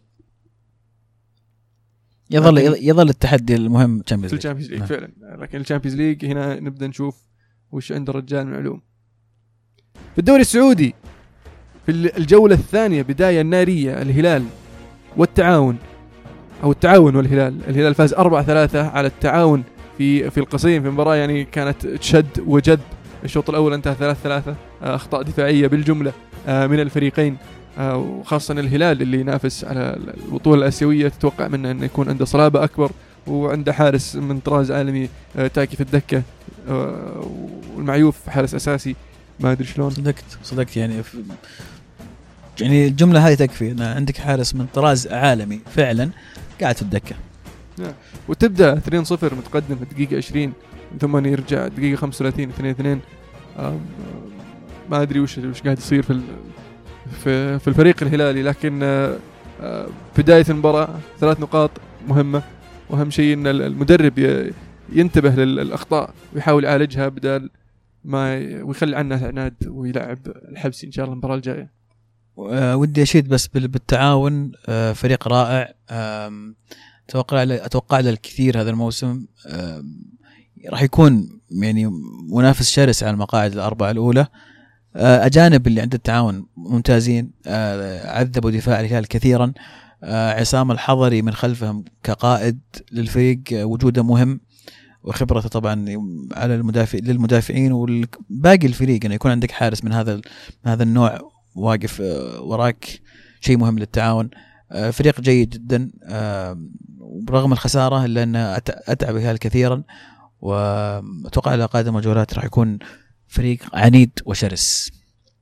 يظل يظل التحدي المهم تشامبيونز ليج الشامبيونز ليج فعلا. لكن الشامبيونز ليج هنا نبدا نشوف وش عند الرجال من علوم. في الدوري السعودي في الجوله الثانيه بدايه ناريه، الهلال والتعاون او التعاون والهلال. الهلال فاز أربعة ثلاثة على التعاون في في القصيم، في مباراه يعني كانت تشد وجد. الشوط الاول انتهى ثلاثة ثلاثة، اخطاء دفاعيه بالجمله من الفريقين، وخاصة الهلال اللي ينافس على البطولة الآسيوية تتوقع منه أن يكون عنده صلابة أكبر وعنده حارس من طراز عالمي تاكي في الدكة، والمعيوف حارس أساسي ما أدري شلون. صدقت صدقت يعني في يعني الجملة هذه تكفي أن عندك حارس من طراز عالمي فعلا قاعد في الدكة. وتبدأ اثنين صفر متقدم في الدقيقة عشرين، ثم يرجع الدقيقة خمسة وثلاثين اثنين اثنين. ما أدري وش وش قاعد يصير في في في الفريق الهلالي، لكن بداية المباراة ثلاث نقاط مهمة، وأهم شيء أن المدرب ينتبه للأخطاء ويحاول يعالجها بدل ما ويخلي عنها عناد ويلعب الحبسي إن شاء الله المباراة الجاية. ودي أشيد بس بالتعاون، فريق رائع. أتوقع أتوقع له الكثير هذا الموسم، راح يكون يعني منافس شرس على المقاعد الأربعة الأولى. أجانب اللي عند التعاون ممتازين، عذبوا دفاع الهلال كثيرا. عصام الحضري من خلفهم كقائد للفريق وجوده مهم، وخبرته طبعا على المدافع للمدافعين والباقي الفريق. أن يكون عندك حارس من هذا من هذا النوع واقف وراك شيء مهم للتعاون. فريق جيد جدا برغم الخسارة، إلا أن أتعب الهلال كثيرا، وأتوقع على قادم الجولات راح يكون فريق عنيد وشرس.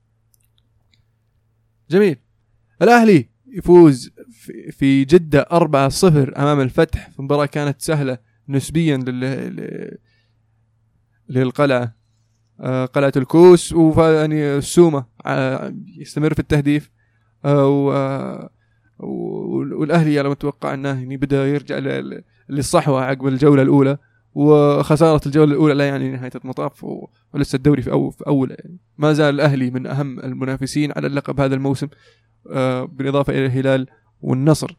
جميل. الأهلي يفوز في جدة أربعة صفر أمام الفتح في مباراة كانت سهلة نسبيا لل... للقلعة، قلعة الكوس، ويعني السومة يستمر في التهديف، والأهلي على متوقع أنه يعني بدأ يرجع للصحوة عقب الجولة الأولى، وخسارة الجولة الأولى لا يعني نهاية المطاف، ولسه الدوري في أول في أول يعني. ما زال الأهلي من أهم المنافسين على اللقب هذا الموسم، آه بالإضافة إلى الهلال والنصر.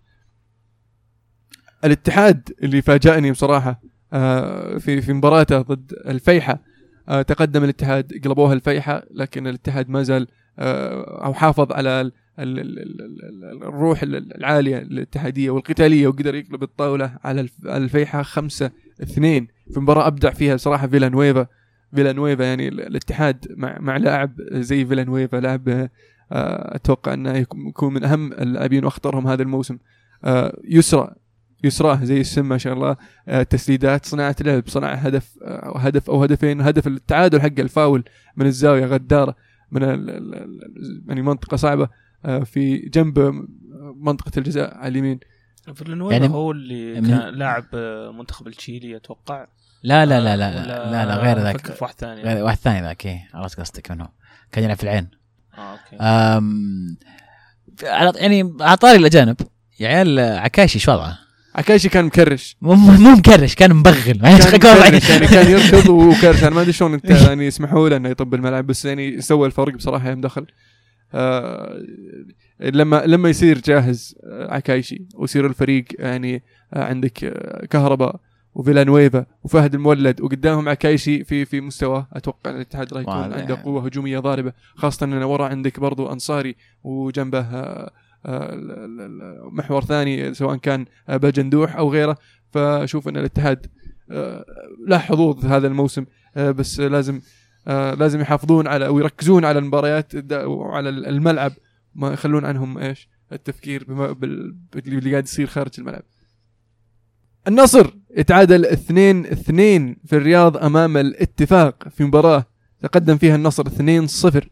الاتحاد اللي فاجأني بصراحة آه في في مباراته ضد الفيحة، آه تقدم الاتحاد قلبوها الفيحة، لكن الاتحاد ما زال آه أو حافظ على الروح العالية الاتحادية والقتالية، وقدر يقلب الطاولة على الفيحة خمسة اثنين في مباراة أبدع فيها صراحة فيلانويفا. فيلانويفا يعني الاتحاد مع مع لاعب زي فيلانويفا، لاعب أتوقع أنه يكون من أهم اللاعبين وأخطرهم هذا الموسم. يسرى يسراه زي السم ما شاء الله، تسديدات، صناعة لعب، صنع هدف هدف أو هدفين، هدف التعادل حق الفاول من الزاوية غدارة من يعني منطقة صعبة في جنب منطقة الجزاء على اليمين. فيلانويفا يعني هو اللي كان لاعب منتخب التشيلي أتوقع. لا لا لا لا لا, لا, لا غير ذاك، واحد ثاني غير واحد ثاني ذاك. إيه عرفت قصدك منه، كان يلعب في العين. آه أوكي. أم يعني عطاري الأجانب يا عيال. عكاشي شو وضعه؟ عكاشي كان مكرش، مو مو مكرش، كان مبغل كان مكرش يعني كان يركض وكرش. أنا ما أدري شلون يعني يسمحوا له إنه يطب الملعب، بس يعني سوى الفرق بصراحة يوم دخل. آه لما لما يصير جاهز عكايشي ويصير الفريق يعني آه عندك آه كهرباء وفيلانويفا وفهد المولد وقدامهم عكايشي في في مستوى، اتوقع الاتحاد راح يكون عنده قوه هجوميه ضاربه، خاصه ان ورا عندك برضو انصاري وجنبه آه آه محور ثاني سواء كان آه بجندوح او غيره. فاشوف ان الاتحاد آه له حظوظ هذا الموسم، آه بس لازم آه لازم يحافظون على ويركزون على المباريات وعلى الملعب، ما يخلون عنهم ايش التفكير باللي قاعد يصير خارج الملعب. النصر يتعادل اثنين اثنين في الرياض امام الاتفاق في مباراة تقدم فيها النصر اثنين صفر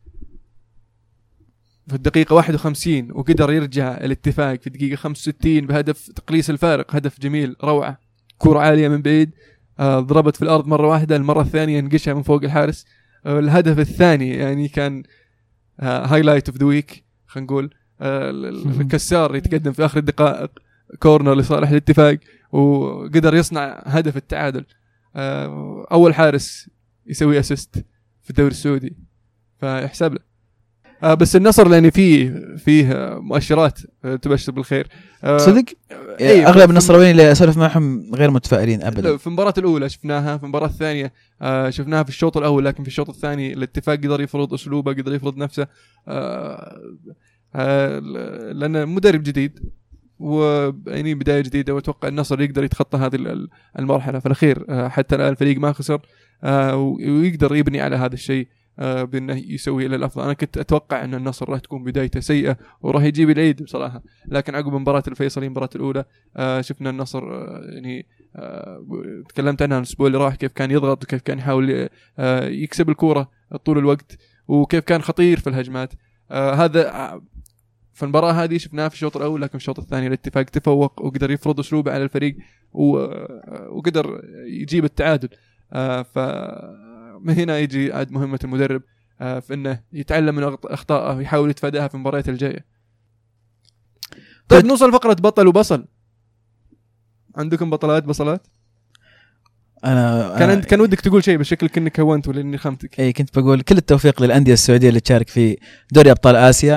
في الدقيقة واحد وخمسين، وقدر يرجع الاتفاق في الدقيقة خمسة وستين بهدف تقليص الفارق، هدف جميل روعة، كرة عالية من بعيد آه ضربت في الارض مره واحده، المره الثانيه انقشها من فوق الحارس. آه الهدف الثاني يعني كان هايلايت اوف ذا ويك، خلينا نقول آه الكسار يتقدم في اخر الدقائق كورنر لصالح الاتفاق وقدر يصنع هدف التعادل. آه اول حارس يسوي اسيست في الدوري السعودي، فيحسب له. آه بس النصر لأن فيه فيه مؤشرات تبشر بالخير. آه صدق إيه اغلب النصراويين اللي اسولف معهم غير متفائلين ابدا. في المباراة الأولى شفناها، في المباراة الثانية آه شفناها في الشوط الأول، لكن في الشوط الثاني الاتفاق قدر يفرض أسلوبه، قدر يفرض نفسه. آه آه لأنه مدرب جديد ويعني بداية جديدة، وأتوقع النصر يقدر يتخطى هذه المرحلة في الأخير. آه حتى الآن الفريق ما خسر، آه ويقدر يبني على هذا الشيء آه بأنه يسوي إلى الأفضل. أنا كنت أتوقع أن النصر راح تكون بدايته سيئة وراح يجيب العيد بصراحة، لكن عقب مباراة الفيصلي المباراة الأولى آه شفنا النصر آه يعني آه تكلمت عنها الأسبوع اللي راح، كيف كان يضغط وكيف كان يحاول آه يكسب الكرة طول الوقت وكيف كان خطير في الهجمات. آه هذا في المباراة هذه شفناه في الشوط الأول، لكن في الشوط الثاني الاتفاق تفوق وقدر يفرض أسلوبه على الفريق وقدر يجيب التعادل. آه فمن هنا يجي عاد مهمة المدرب آه في أنه يتعلم من أخطائه ويحاول يتفاداها في المباريات الجاية. طيب نوصل فقرة بطل وبصل. عندكم بطلات بصلات؟ انا كان أنا كان ودك تقول شيء بشكل كأنك كونت لاني خمتك. اي كنت بقول كل التوفيق للانديه السعوديه اللي تشارك في دوري ابطال اسيا،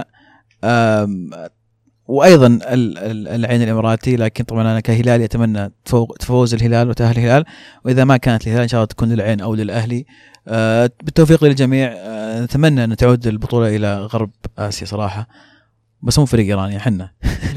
وايضا العين الاماراتي، لكن طبعا انا كهلالي اتمنى تفوز الهلال وتاهل الهلال، واذا ما كانت الهلال ان شاء الله تكون للعين او للاهلي. بالتوفيق للجميع. نتمنى ان تعود البطوله الى غرب اسيا صراحه، بس مو فريق ايراني احنا.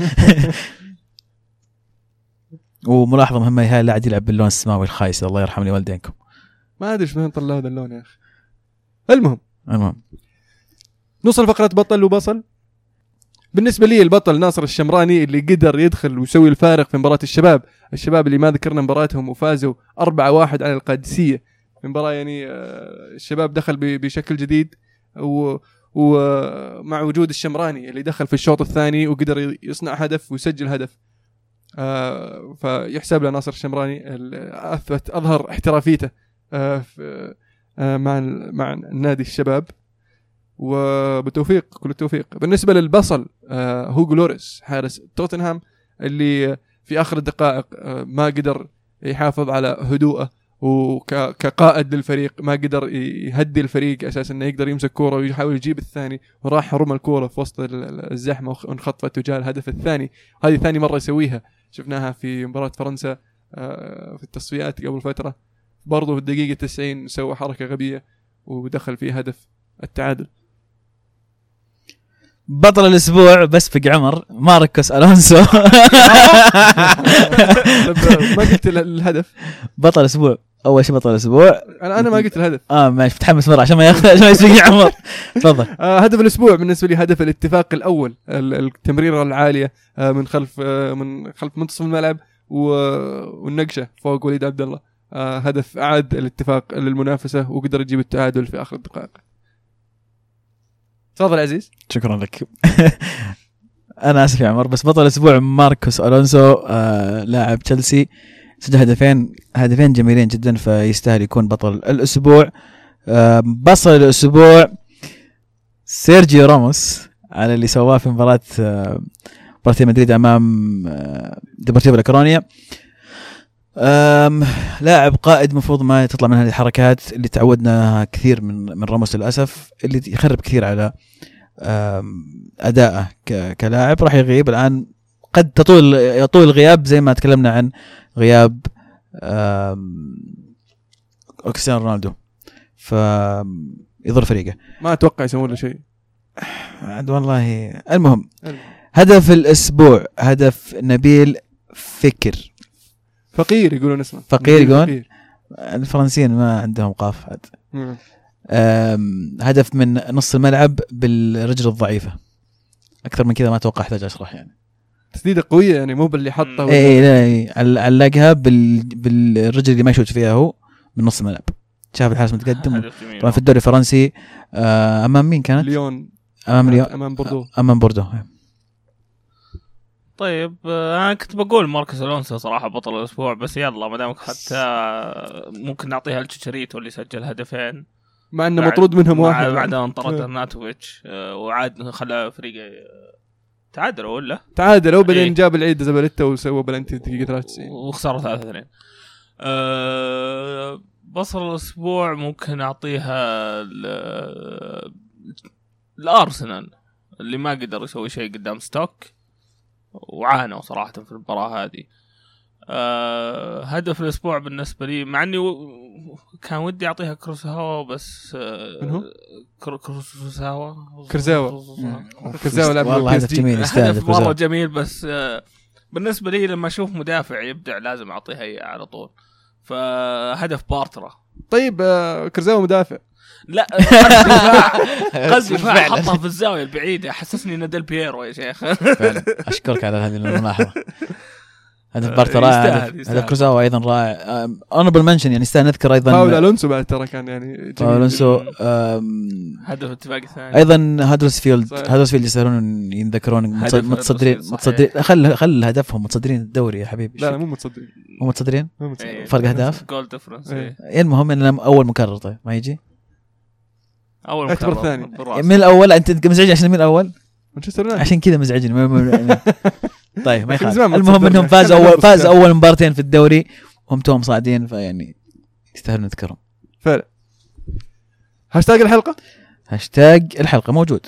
وملاحظه مهمه، الهلال لا عاد يلعب باللون السماوي الخايس، الله يرحم لي والدينكم. ما ادري شلون طلعوا هذا اللون يا اخي. المهم المهم نوصل فقرة بطل وبصل. بالنسبة لي البطل ناصر الشمراني اللي قدر يدخل ويسوي الفارق في مباراة الشباب الشباب اللي ما ذكرنا مباراتهم وفازوا أربعة واحد على القادسية. مباراة يعني الشباب دخل بشكل جديد، ومع وجود الشمراني اللي دخل في الشوط الثاني وقدر يصنع هدف ويسجل هدف. آه فيحسب له ناصر الشمراني، أثبت أظهر احترافيته آه في آه مع مع النادي الشباب، وبالتوفيق كل التوفيق. بالنسبة للبصل آه هوغو لوريس حارس توتنهام اللي في آخر الدقائق آه ما قدر يحافظ على هدوءه، وكقائد للفريق ما قدر يهدي الفريق أساسا إنه يقدر يمسك كورة ويحاول يجيب الثاني، وراح رمى الكورة في وسط الزحمة وانخطفت وجاء الهدف الثاني. هذه ثاني مرة يسويها، شفناها في مباراة فرنسا آه في التصفيات قبل فترة برضو في الدقيقة تسعين سوى حركة غبية ودخل فيه هدف التعادل. بطل الاسبوع بس بق عمر ماركوس الونسو. ما قلت الهدف. بطل الاسبوع اول شيء بطل الاسبوع انا انا ما قلت الهدف. اه ماشي متحمس مره عشان ما ياخذ عشان ما يسبق عمر. تفضل. آه هدف الاسبوع بالنسبه لي هدف الاتفاق الاول، التمريره العاليه آه من خلف آه من خلف منتصف الملعب والنقشه فوق وليد عبد الله. آه هدف اعاد الاتفاق للمنافسه وقدر يجيب التعادل في اخر الدقائق. تفضل عزيز. شكرا لك. انا اسف يا عمر، بس بطل الاسبوع ماركوس الونسو آه لاعب تشيلسي، سجل هدفين هدفين جميلين جدا، فيستاهل يكون بطل الاسبوع. آه بصل الاسبوع سيرجيو راموس على اللي سواه في مباراة آه مباراة مدريد امام آه ديبورتيفو لاكرونيا. لاعب قائد مفروض ما تطلع من هذه الحركات اللي تعودنا كثير من من راموس للأسف، اللي يخرب كثير على أداءه كلاعب. راح يغيب الآن، قد تطول يطول الغياب زي ما تكلمنا عن غياب كريستيانو رونالدو، فيضر فريقه. ما أتوقع يسوون له شيء عاد والله. المهم هدف الأسبوع هدف نبيل فكر، فقير يقولون اسمه فقير يقولون. الفرنسيين ما عندهم قاف. هدف من نص الملعب بالرجل الضعيفة، أكثر من كذا ما أتوقع أحتاج أشرح. يعني تسديدة قوية، يعني مو باللي حطه. إيه لا علقها بال بالرجل اللي ما يشوت فيها هو من نص الملعب. شاف الحارس متقدم. طبعا في الدوري الفرنسي أمام مين كانت؟ ليون. أمام ليون. أمام بوردو. أمام بوردو. طيب انا كنت بقول ماركوس الونسو صراحه بطل الاسبوع، بس يلا ما دامك حتى ممكن نعطيها لتشيريتو اللي سجل هدفين مع انه مطرود منهم واحد بعد ان طرد ناتوفيتش وعاد خلى فريقه تعادلوا ولا تعادلوا وبعدين إيه؟ جاب العيد زبالته وسوى بلنتي دقيقه ثلاثة وتسعين وخسروا ثلاثة اثنين. أه بصل الاسبوع ممكن اعطيها الارسنال اللي ما قدر يسوي شيء قدام ستوك وعانوا صراحه في المباراه هذه. أه هدف الاسبوع بالنسبه لي مع اني و... كان ودي اعطيها كروساوا بس أه كر... كروساوا كرزاوا كرزاوا لعب والله هدف جميل يستاهل مره جميل، بس أه بالنسبه لي لما اشوف مدافع يبدع لازم اعطيها اياه على طول، فهدف بارترا. طيب أه كرزاوا مدافع لا قصدي دفاع حطها في الزاويه البعيده حسسني ان ديل بييرو يا شيخ. اشكرك على هذه الملاحظه. هدف بارترا رائع، هدف كروزاوا ايضا رائع. انا بالمنشن يعني استاهل نذكر ايضا باول الونسو بعد ترى كان يعني باول الونسو هدف اتفاق ثاني. ايضا هادرسفيلد هادرسفيلد يستاهلون ينذكرون متصدرين متصدرين خل خل هدفهم متصدرين الدوري يا حبيبي. لا مو متصدرين مو متصدرين ايه فرق اهداف جول ديفرنس. ايه المهم ان اول مكرر. طيب ما يجي اول مكرر ثاني من الاول. انت مزعج عشان من الاول مانشستر عشان كذا مزعجني. طيب ما يخالف. المهم انهم فاز اول فاز اول مبارتين في الدوري وهم توهم صاعدين، فيعني يستاهل نذكرهم فعلا. هاشتاج الحلقه هاشتاج الحلقه موجود،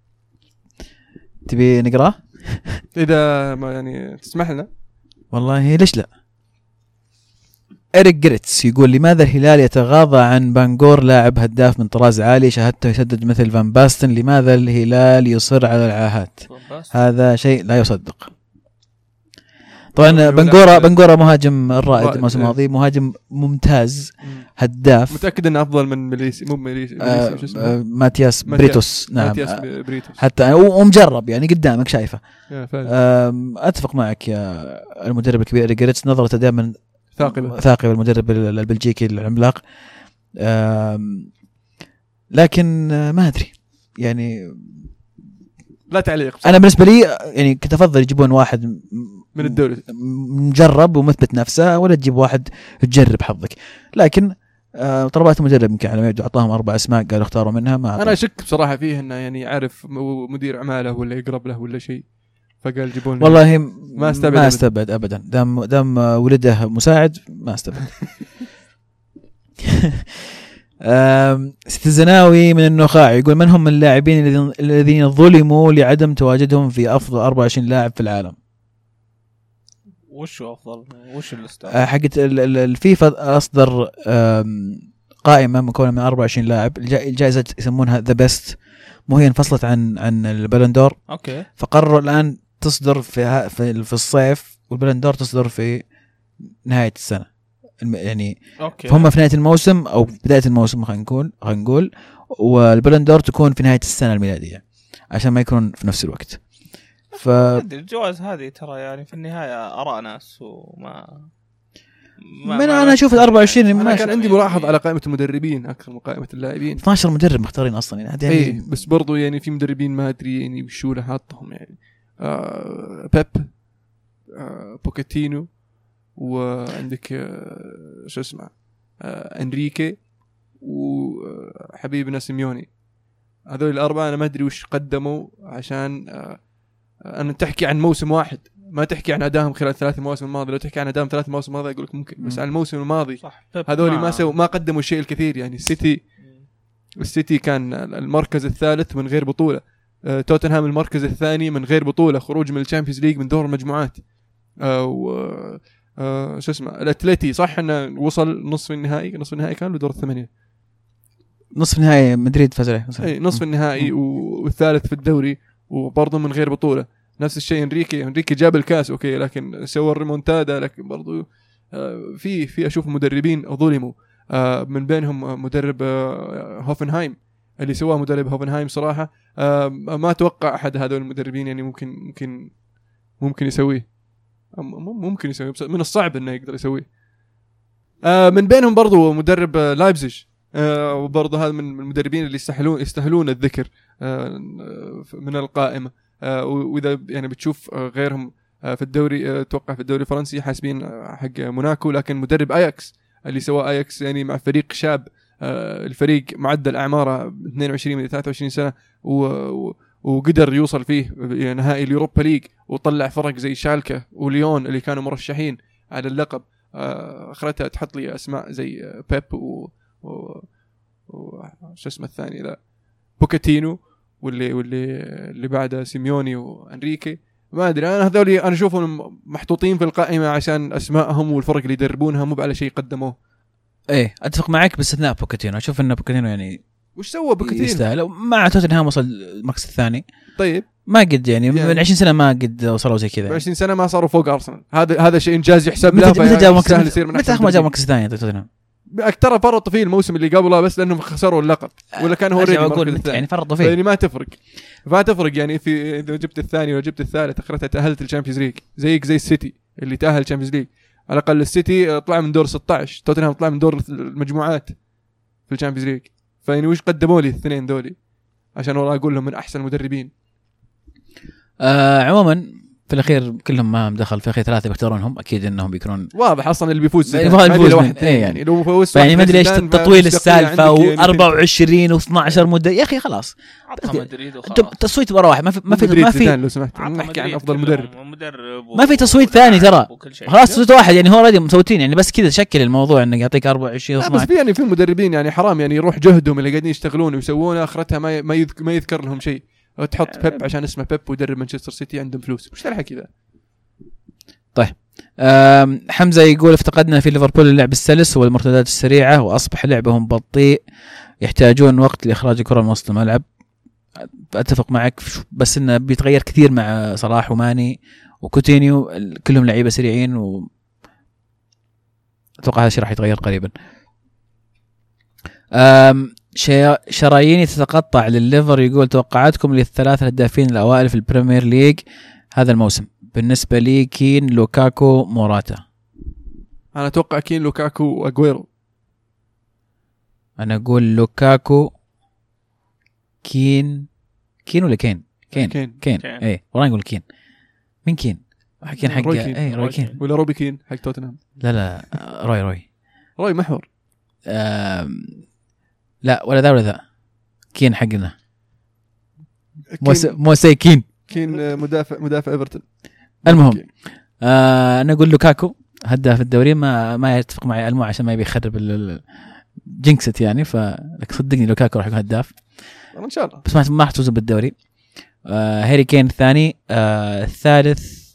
تبي نقراه اذا ما يعني تسمح لنا؟ والله ليش لا. إريك جريتس يقول لماذا الهلال يتغاضى عن بانغور لاعب هداف من طراز عالي شهادته يسدد مثل فان باستن؟ لماذا الهلال يصر على العاهات؟ هذا شيء لا يصدق. طبعا بنغورا بنغورا مهاجم الرائد الموسم الماضي، مهاجم ممتاز هداف. متأكد انه افضل من ميليسي مو ميليسي آه آه ماتياس بريتوس. نعم ماتياس بريتوس. حتى ومجرب يعني قدامك شايفه. آه اتفق معك يا المدرب الكبير إريك جريتس، نظرته دائما ثاقبة ثاقبة المدرب البلجيكي العملاق. لكن ما أدري يعني لا تعليق بصراحة. أنا بالنسبة لي يعني كنت أفضل يجيبون واحد من الدوري مجرب ومثبت نفسه، ولا تجيب واحد تجرب حظك. لكن طلبات المدرب يمكن على ما يبدو أعطاهم أربع أسماء قالوا اختاروا منها. ما أنا أشك بصراحة فيه إنه يعني عارف مدير أعماله ولا يقرب له ولا شيء، فقال جيبون. والله ما استبعد ما استبعد ابدا. دام دام ولده مساعد ما استبعد. ستزناوي من النخاع يقول من هم اللاعبين الذين ظلموا لعدم تواجدهم في افضل أربعة وعشرين لاعب في العالم؟ وش افضل وش الاستاذ حقت الفيفا اصدر قائمه مكونه من أربعة وعشرين لاعب، الجائزه يسمونها ذا بيست، مو هي انفصلت عن عن البالندور. اوكي فقرروا الان تصدر في في الصيف، والبالندور تصدر في نهايه السنه يعني. أوكي. فهم في نهايه الموسم او بدايه الموسم خلينا نقول خلينا نقول والبالندور تكون في نهايه السنه الميلاديه عشان ما يكونون في نفس الوقت. ف الجوائز هذه ترى يعني في النهايه اراء ناس وما ما من انا اشوف ال أربعة وعشرين. انا كان عندي ملاحظ على قائمه المدربين اكثر من قائمه اللاعبين. اثنا عشر مدرب مختارين اصلا يعني. اي بس برضو يعني في مدربين ما ادري يعني وشو له حاطهم يعني. آه بيب آه بوكيتينو، وعندك آه شو اسمه آه انريكي، وحبيبنا سيميوني. هذول الاربعه انا ما ادري وش قدموا عشان آه انا تحكي عن موسم واحد، ما تحكي عن ادائهم خلال ثلاث مواسم الماضيه. لو تحكي عن ادائهم ثلاث مواسم الماضيه اقول لك ممكن، بس عن الموسم الماضي هذول ما سووا ما قدموا الشيء الكثير يعني. السيتي السيتي كان المركز الثالث من غير بطوله، آه، توتنهام المركز الثاني من غير بطوله، خروج من الشامبيونز ليج من دور المجموعات. آه و آه شو اسمه الاتليتي صح انه وصل نصف النهائي، نصف النهائي كان بدور الثمانيه، نصف النهائي مدريد فاز عليه اي نصف النهائي والثالث في الدوري وبرضه من غير بطوله. نفس الشيء انريكي انريكي جاب الكاس اوكي، لكن سوى الريمونتادا. لكن برضو في في اشوف مدربين ظلموا، من بينهم مدرب هوفنهايم اللي سواه مدرب هوفنهايم صراحه. ما اتوقع احد هذول المدربين يعني ممكن ممكن ممكن يسويه، ممكن يسويه بس من الصعب انه يقدر يسويه. من بينهم برضو مدرب لايبزيج، وبرضه هذا من المدربين اللي يستحلون يستحلون الذكر من القائمه. واذا يعني بتشوف غيرهم في الدوري، اتوقع في الدوري الفرنسي حاسبين حق موناكو، لكن مدرب اياكس اللي سواه اياكس يعني مع فريق شاب، الفريق معدل اعماره اثنين وعشرين من ثلاثة وعشرين سنه و وقدر يوصل فيه نهائي اليوروبا ليج، وطلع فرق زي شالكة وليون اللي كانوا مرشحين على اللقب. اخرتها تحط لي اسماء زي بيب و, و... و... شو اسمه الثاني لا بوكاتينو، واللي واللي اللي بعده سيميوني وانريكي، ما ادري انا هذولي انا اشوفهم محطوطين في القائمه عشان اسمائهم والفرق اللي يدربونها، مو على شيء قدموه. ايه اتفق معك باستثناء بوكاتينو، اشوف ان بوكاتينو يعني وش سوى بوكاتينو يستاهل. مع توتنهام وصل المركز الثاني، طيب ما قد يعني, يعني من عشرين سنه ما قد وصلوا زي كذا، من عشرين سنه ما صاروا فوق ارسنال، هذا هذا شيء انجاز يحسب له. متى جاء مركز متى ما جاء مركز ثاني توتنهام؟ ترى فرط فيه الموسم اللي قبله بس لانهم خسروا اللقب، ولا كان هو ريدي يعني فرط فيه، يعني ما تفرق ما تفرق يعني في اذا جبت الثاني ولا جبت الثالث اخرتها تاهلت الشامبيونز ليج، زيك زي السيتي اللي تاهل الشامبيونز ليج. على الاقل السيتي طلع من دور ستة عشر، توتنهام طلع من دور المجموعات في الشامبيونز ليج. فيعني وش قدموا لي الاثنين دولي عشان والله اقول لهم من احسن المدربين. آه عموما في الاخير كلهم ما مدخل، في الاخير ثلاثه بيختارونهم اكيد انهم بيكونون واضح اصلا اللي بيفوز يبغى الفوز من... ايه يعني لو فوز يعني ما ادري ايش تطويل السالفه وأربعة وعشرين واثناشر مده يا اخي خلاص تصويت مره واحد، ما في ما في ما في لو سمحت نحكي عن افضل مدرب ما في تصويت ثاني ترى خلاص تصويت واحد يعني هو اوريدي مسوتين يعني بس كذا شكل الموضوع انه يعطيك أربعة وعشرين بس في يعني في مدربين يعني حرام يعني يروح جهدهم اللي قاعدين يشتغلون ويسوونه اخرتها ما ما يذكر, ما يذكر لهم شيء، تحط بيب عشان اسمه بيب ويدرب مانشستر سيتي عندهم فلوس وش الحكي ذا. طيب حمزة يقول افتقدنا في ليفربول اللعب السلس والمرتدات السريعة وأصبح لعبهم بطيء، يحتاجون وقت لإخراج الكرة من وسط الملعب. أتفق معك بس إنه بيتغير كثير مع صلاح وماني وكوتينيو، كلهم لعيبة سريعين و أتوقع هذا الشيء راح يتغير قريبا. شراييني تتقطع للليفر يقول توقعاتكم للثلاث هدافين الأوائل في البريمير ليج هذا الموسم؟ بالنسبة لي كين لوكاكو موراتا. أنا أتوقع كين لوكاكو وأغويرو. أنا أقول لوكاكو كين كين ولا كين كين كين, كين. كين. إيه والله نقول كين. مين كين؟ كين حق إيه روي كين ولا روبي كين حق توتنهام؟ لا لا روي روي روي محور. لا ولا ذا ولا ذا كين حقنا موسى كين كين مدافع مدافع إيفرتون. المهم آه انا اقول لوكاكو هداف الدوري، ما ما يتفق معي المو عشان ما يبي يخرب الجنكست يعني، فلك صدقني لوكاكو راح يكون هداف ان شاء الله، بس ما ما حتفوز بالدوري. آه هاري كين الثاني. آه الثالث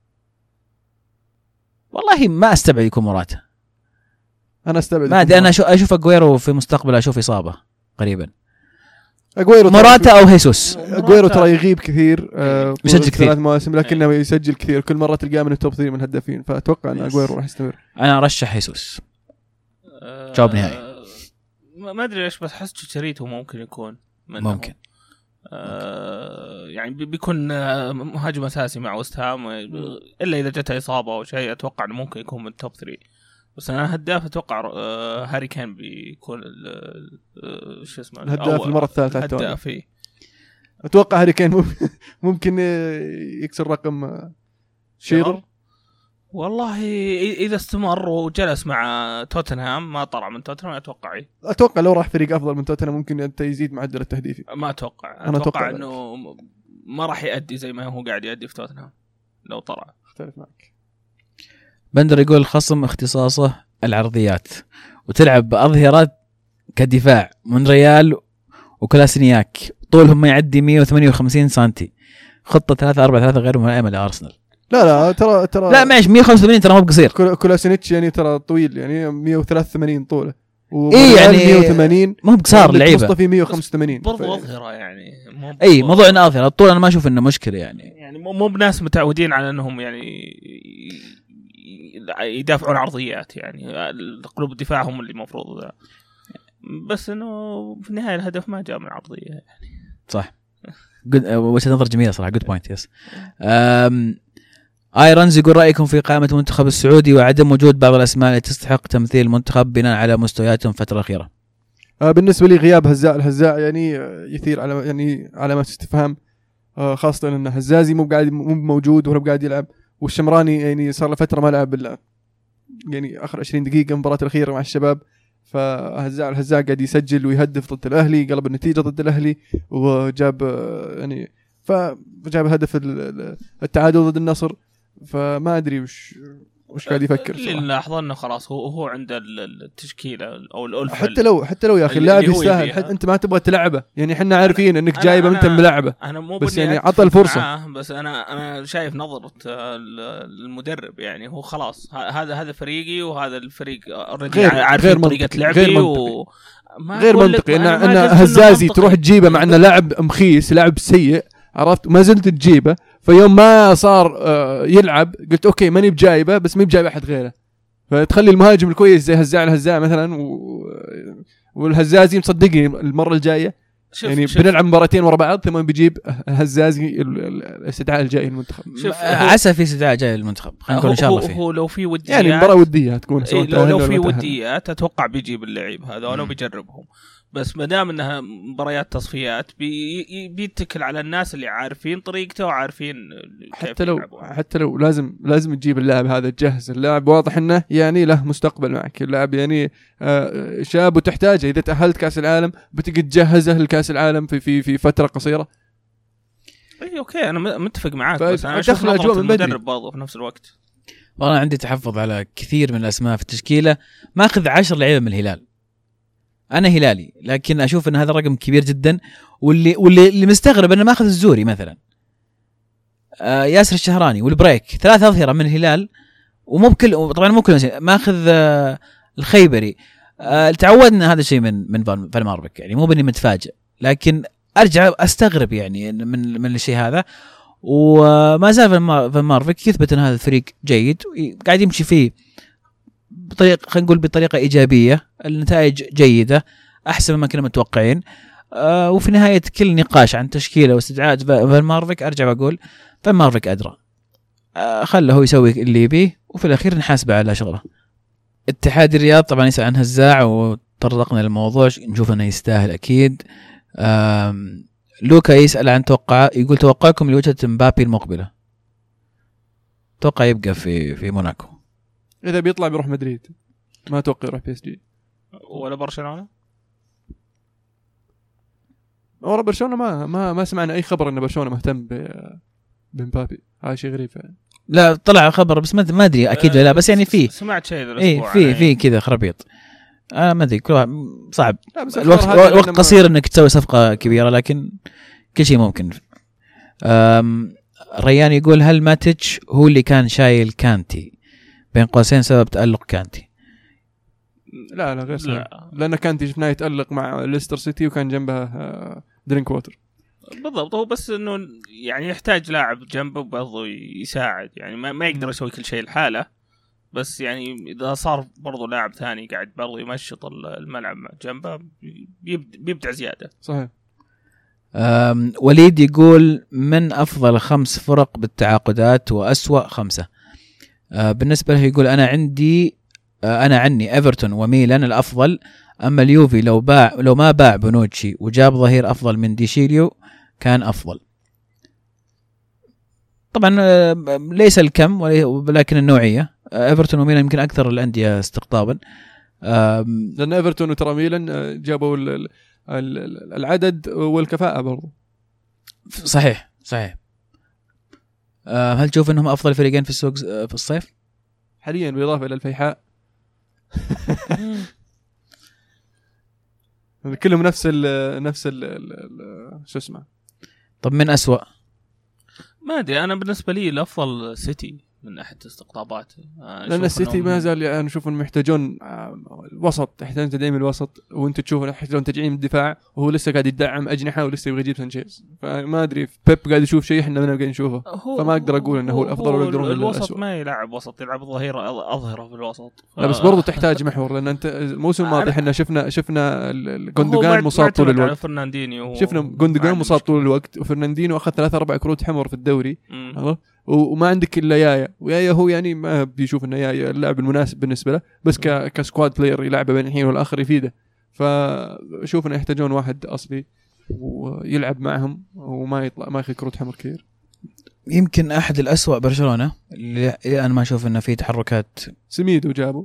والله ما استبعد يكون موراتا. انا استبعد ما ادري، انا اشوف اشوف اغويرو في مستقبل اشوف اصابه قريبا. أغويرو موراتا او هيسوس. أغويرو ترى يغيب كثير آه يسجل كثير ثلاث مواسم لكنه يسجل كثير، كل مره تلقاه من التوب ثلاثة من الهدافين، فاتوقع ان أغويرو راح يستمر. انا ارشح هيسوس أه جواب نهائي. ما ادري ليش بس حس شريته ممكن يكون منه. ممكن أه يعني بيكون مهاجم اساسي مع وست هام، الا اذا جته اصابه او شيء اتوقع انه ممكن يكون من التوب ثلاثة. بس انا هداف اتوقع آه هاري كين بيكون شو اسمه الهداف المره الثالثه هداف. اتوقع هاري كين ممكن يكسر رقم شيرر والله اذا استمر وجلس مع توتنهام ما طلع من توتنهام اتوقع ايه. اتوقع لو راح فريق افضل من توتنهام ممكن انت يزيد معدل التهديفي. ما اتوقع انا اتوقع انه ما راح يؤدي زي ما هو قاعد يؤدي في توتنهام لو طلع. اختلف معك. بندر يقول الخصم اختصاصه العرضيات وتلعب بأظهرة كدفاع من ريال وكلاسينياك طولهم ما يعدي مية وثمانية وخمسين سنتي، خطة ثلاثة أربعة ثلاثة غير ملائمة لأرسنال. لا لا ترى ترى لا معلش مية وخمسة وثمانين ترى مو بقصير. كولاسينيتش يعني ترى طويل يعني مية وثلاثة وثمانين طوله إيه يعني مية وثمانين مو بقصار اللعيبة مصطفى مية وخمسة وثمانين برضو أظهرة يعني اي موضوع انه اظهر الطول انا ما اشوف انه مشكله يعني يعني مو بناس متعودين على انهم يعني يدافعون عرضيات يعني قلوب الدفاع هم اللي المفروض ده. بس انه في النهايه الهدف ما جاء من عرضيه يعني صح. وجهه نظر جميله صراحه جود بوينت يس. ايرونز يقول رايكم في قائمه المنتخب السعودي وعدم وجود بعض الاسماء التي تستحق تمثيل المنتخب بناء على مستوياتهم الفتره الاخيره. بالنسبه لي غياب هزاع الهزاع يعني يثير على يعني علامات استفهام، خاصه ان هزازي مو قاعد مو موجود ولا قاعد يلعب، والشمراني يعني صار له فتره ما لعب باللعب يعني اخر عشرين دقيقه مباراه الاخيره مع الشباب. فهزاع الهزاع قاعد يسجل ويهدف ضد الاهلي، قلب النتيجه ضد الاهلي وجاب يعني فجاب هدف التعادل ضد النصر. فما ادري وش وش قاعد يفكر اللي لاحظنا انه خلاص هو هو عند التشكيله او الالفه. حتى لو حتى لو يا اخي اللاعب يستاهل، انت ما تبغى تلعبه يعني احنا عارفين انك جايبه انت ملعبه، بس يعني عطى الفرصه. بس انا انا شايف نظره المدرب يعني هو خلاص هذا هذا فريقي وهذا الفريق عارفين طريقه لعبي و غير منطقي ان ان هزازي تروح تجيبه مع انه لاعب مخيس لاعب سيء عرفت ما زلت تجيبه. فيوم ما صار يلعب قلت اوكي ماني بجايبه بس مي بجايب احد غيره. فتخلي المهاجم الكويس زي هزاع الهزاع مثلا و... والهزازي مصدقني المره الجايه يعني شوف بنلعب مباراتين ورا بعض ثم بيجيب هزازي الاستدعاء الجاي للمنتخب. عسى في استدعاء جاي للمنتخب خلينا نقول ان شاء الله فيه. هو لو في وديات يعني مباراه وديه هتكون إيه لو, لو في وديات اتوقع بيجيب اللعيب هذا ولو بيجربهم. بس ما دام انها مباريات تصفيات بي بيتكل على الناس اللي عارفين طريقته وعارفين حتى لو يلعبون. حتى لو لازم لازم تجيب اللاعب هذا تجهز اللاعب واضح انه يعني له مستقبل معك. اللاعب يعني آه شاب وتحتاجه اذا تأهلت كاس العالم بتقدر تجهزه لكاس العالم في في في فتره قصيره. اي اوكي انا متفق معاك بس انا اشوف نظرة المدرب برضه في نفس الوقت. والله عندي تحفظ على كثير من الاسماء في التشكيله. ما اخذ عشر لعيبه من الهلال. انا هلالي لكن اشوف ان هذا رقم كبير جدا. واللي واللي اللي مستغرب انه ما اخذ الزوري مثلا آه ياسر الشهراني والبريك ثلاثة اظهره من الهلال ومو بكل طبعا مو كل ما اخذ آه الخيبري. آه تعودنا هذا الشيء من من فان مارفيك يعني مو بني متفاجئ لكن ارجع استغرب يعني من من الشيء هذا. وما زال فان مارفيك يثبت ان هذا الفريق جيد قاعد يمشي فيه بطريقه خلينا نقول بطريقه ايجابيه. النتائج جيده احسن مما كنا متوقعين. آه وفي نهايه كل نقاش عن تشكيله واستدعاء فان مارفيك ارجع واقول فان مارفيك ادرى. آه خله هو يسوي اللي يبيه وفي الاخير نحاسبه على شغله. اتحاد الرياض طبعا يسأل عن هزاع وطرقنا للموضوع نشوف انه يستاهل اكيد. لوكا يسأل عن توقع يقول توقعكم لوجهة مبابي المقبله. توقع يبقى في في موناكو. إذا بيطلع بيروح مدريد ما أتوقع يروح بي اس جي ولا برشلونة. ورا برشلونة ما ما ما سمعنا أي خبر إن برشلونة مهتم بمبابي. هذا شيء غريب يعني. لا طلع خبر بس ما أدري أكيد لا بس يعني في سمعت شيء ذا الأسبوع. إيه في في كذا خرابيط. أنا ما أدري كل صعب الوقت وقت قصير إنك تسوي صفقة كبيرة لكن كل شيء ممكن. ريان يقول هل ماتيتش هو اللي كان شايل كانتي بين قوسين سبب تألق كانتي؟ لا لا غير سبب لأن كانتي شفناه يتألق مع ليستر سيتي وكان جنبه درينك ووتر. بالضبط هو بس إنه يعني يحتاج لاعب جنبه برضو يساعد يعني ما, ما يقدر يسوي كل شيء الحالة بس يعني إذا صار برضو لاعب ثاني قاعد برضو يمشط الملعب جنبه بيبدع زيادة. صحيح. وليد يقول من أفضل خمس فرق بالتعاقدات وأسوأ خمسة. آه بالنسبة له يقول أنا عندي آه أنا عني إيفرتون وميلان الأفضل. أما اليوفي لو باع لو ما باع بونوتشي وجاب ظهير أفضل من ديشيليو كان أفضل. طبعا آه ليس الكم ولكن النوعية. آه إيفرتون وميلان يمكن أكثر الأندية استقطابا. آه لأن إيفرتون وترى ميلان جابوا العدد والكفاءة برضو. صحيح صحيح. أه هل تشوف انهم افضل فريقين في السوق في الصيف حاليا بالاضافه الى الفيحاء؟ كلهم نفس ال نفس ال شو اسمه. طب من أسوأ؟ ما ادري انا بالنسبه لي الافضل سيتي من ناحيه استقطابات لان السيتي ما زال يعني نشوف انهم يحتاجون وسط يحتاجون تدعيم الوسط وانت تشوف يحتاجون تدعيم الدفاع وهو لسه قاعد يدعم اجنحه ولسه يبغى يجيب سانشيز. فما ادري بيب قاعد يشوف شيء احنا ما قاعدين نشوفه فما اقدر اقول انه هو الافضل ولا يقدرون الوسط ما يلعب وسط يلعب ظهير اظهره في الوسط. لا بس برضو تحتاج محور لان انت الموسم الماضي احنا شفنا شفنا جوندوغان مصاب طول الوقت. شفنا جوندوغان مصاب طول الوقت وفرناندينو اخذ ثلاثة أربعة كروت حمر في الدوري وما عندك الا يايا ويايا هو يعني ما بيشوف انه يايا اللاعب المناسب بالنسبه له بس ك كسكواد بلاير يلعبه بين الحين والاخر يفيده. فشوف انه يحتاجون واحد اصلي ويلعب معهم وما يطلع ما ياخذ كروت حمر كثير. يمكن احد الأسوأ برشلونه اللي انا ما اشوف انه في تحركات. سميدو جابوا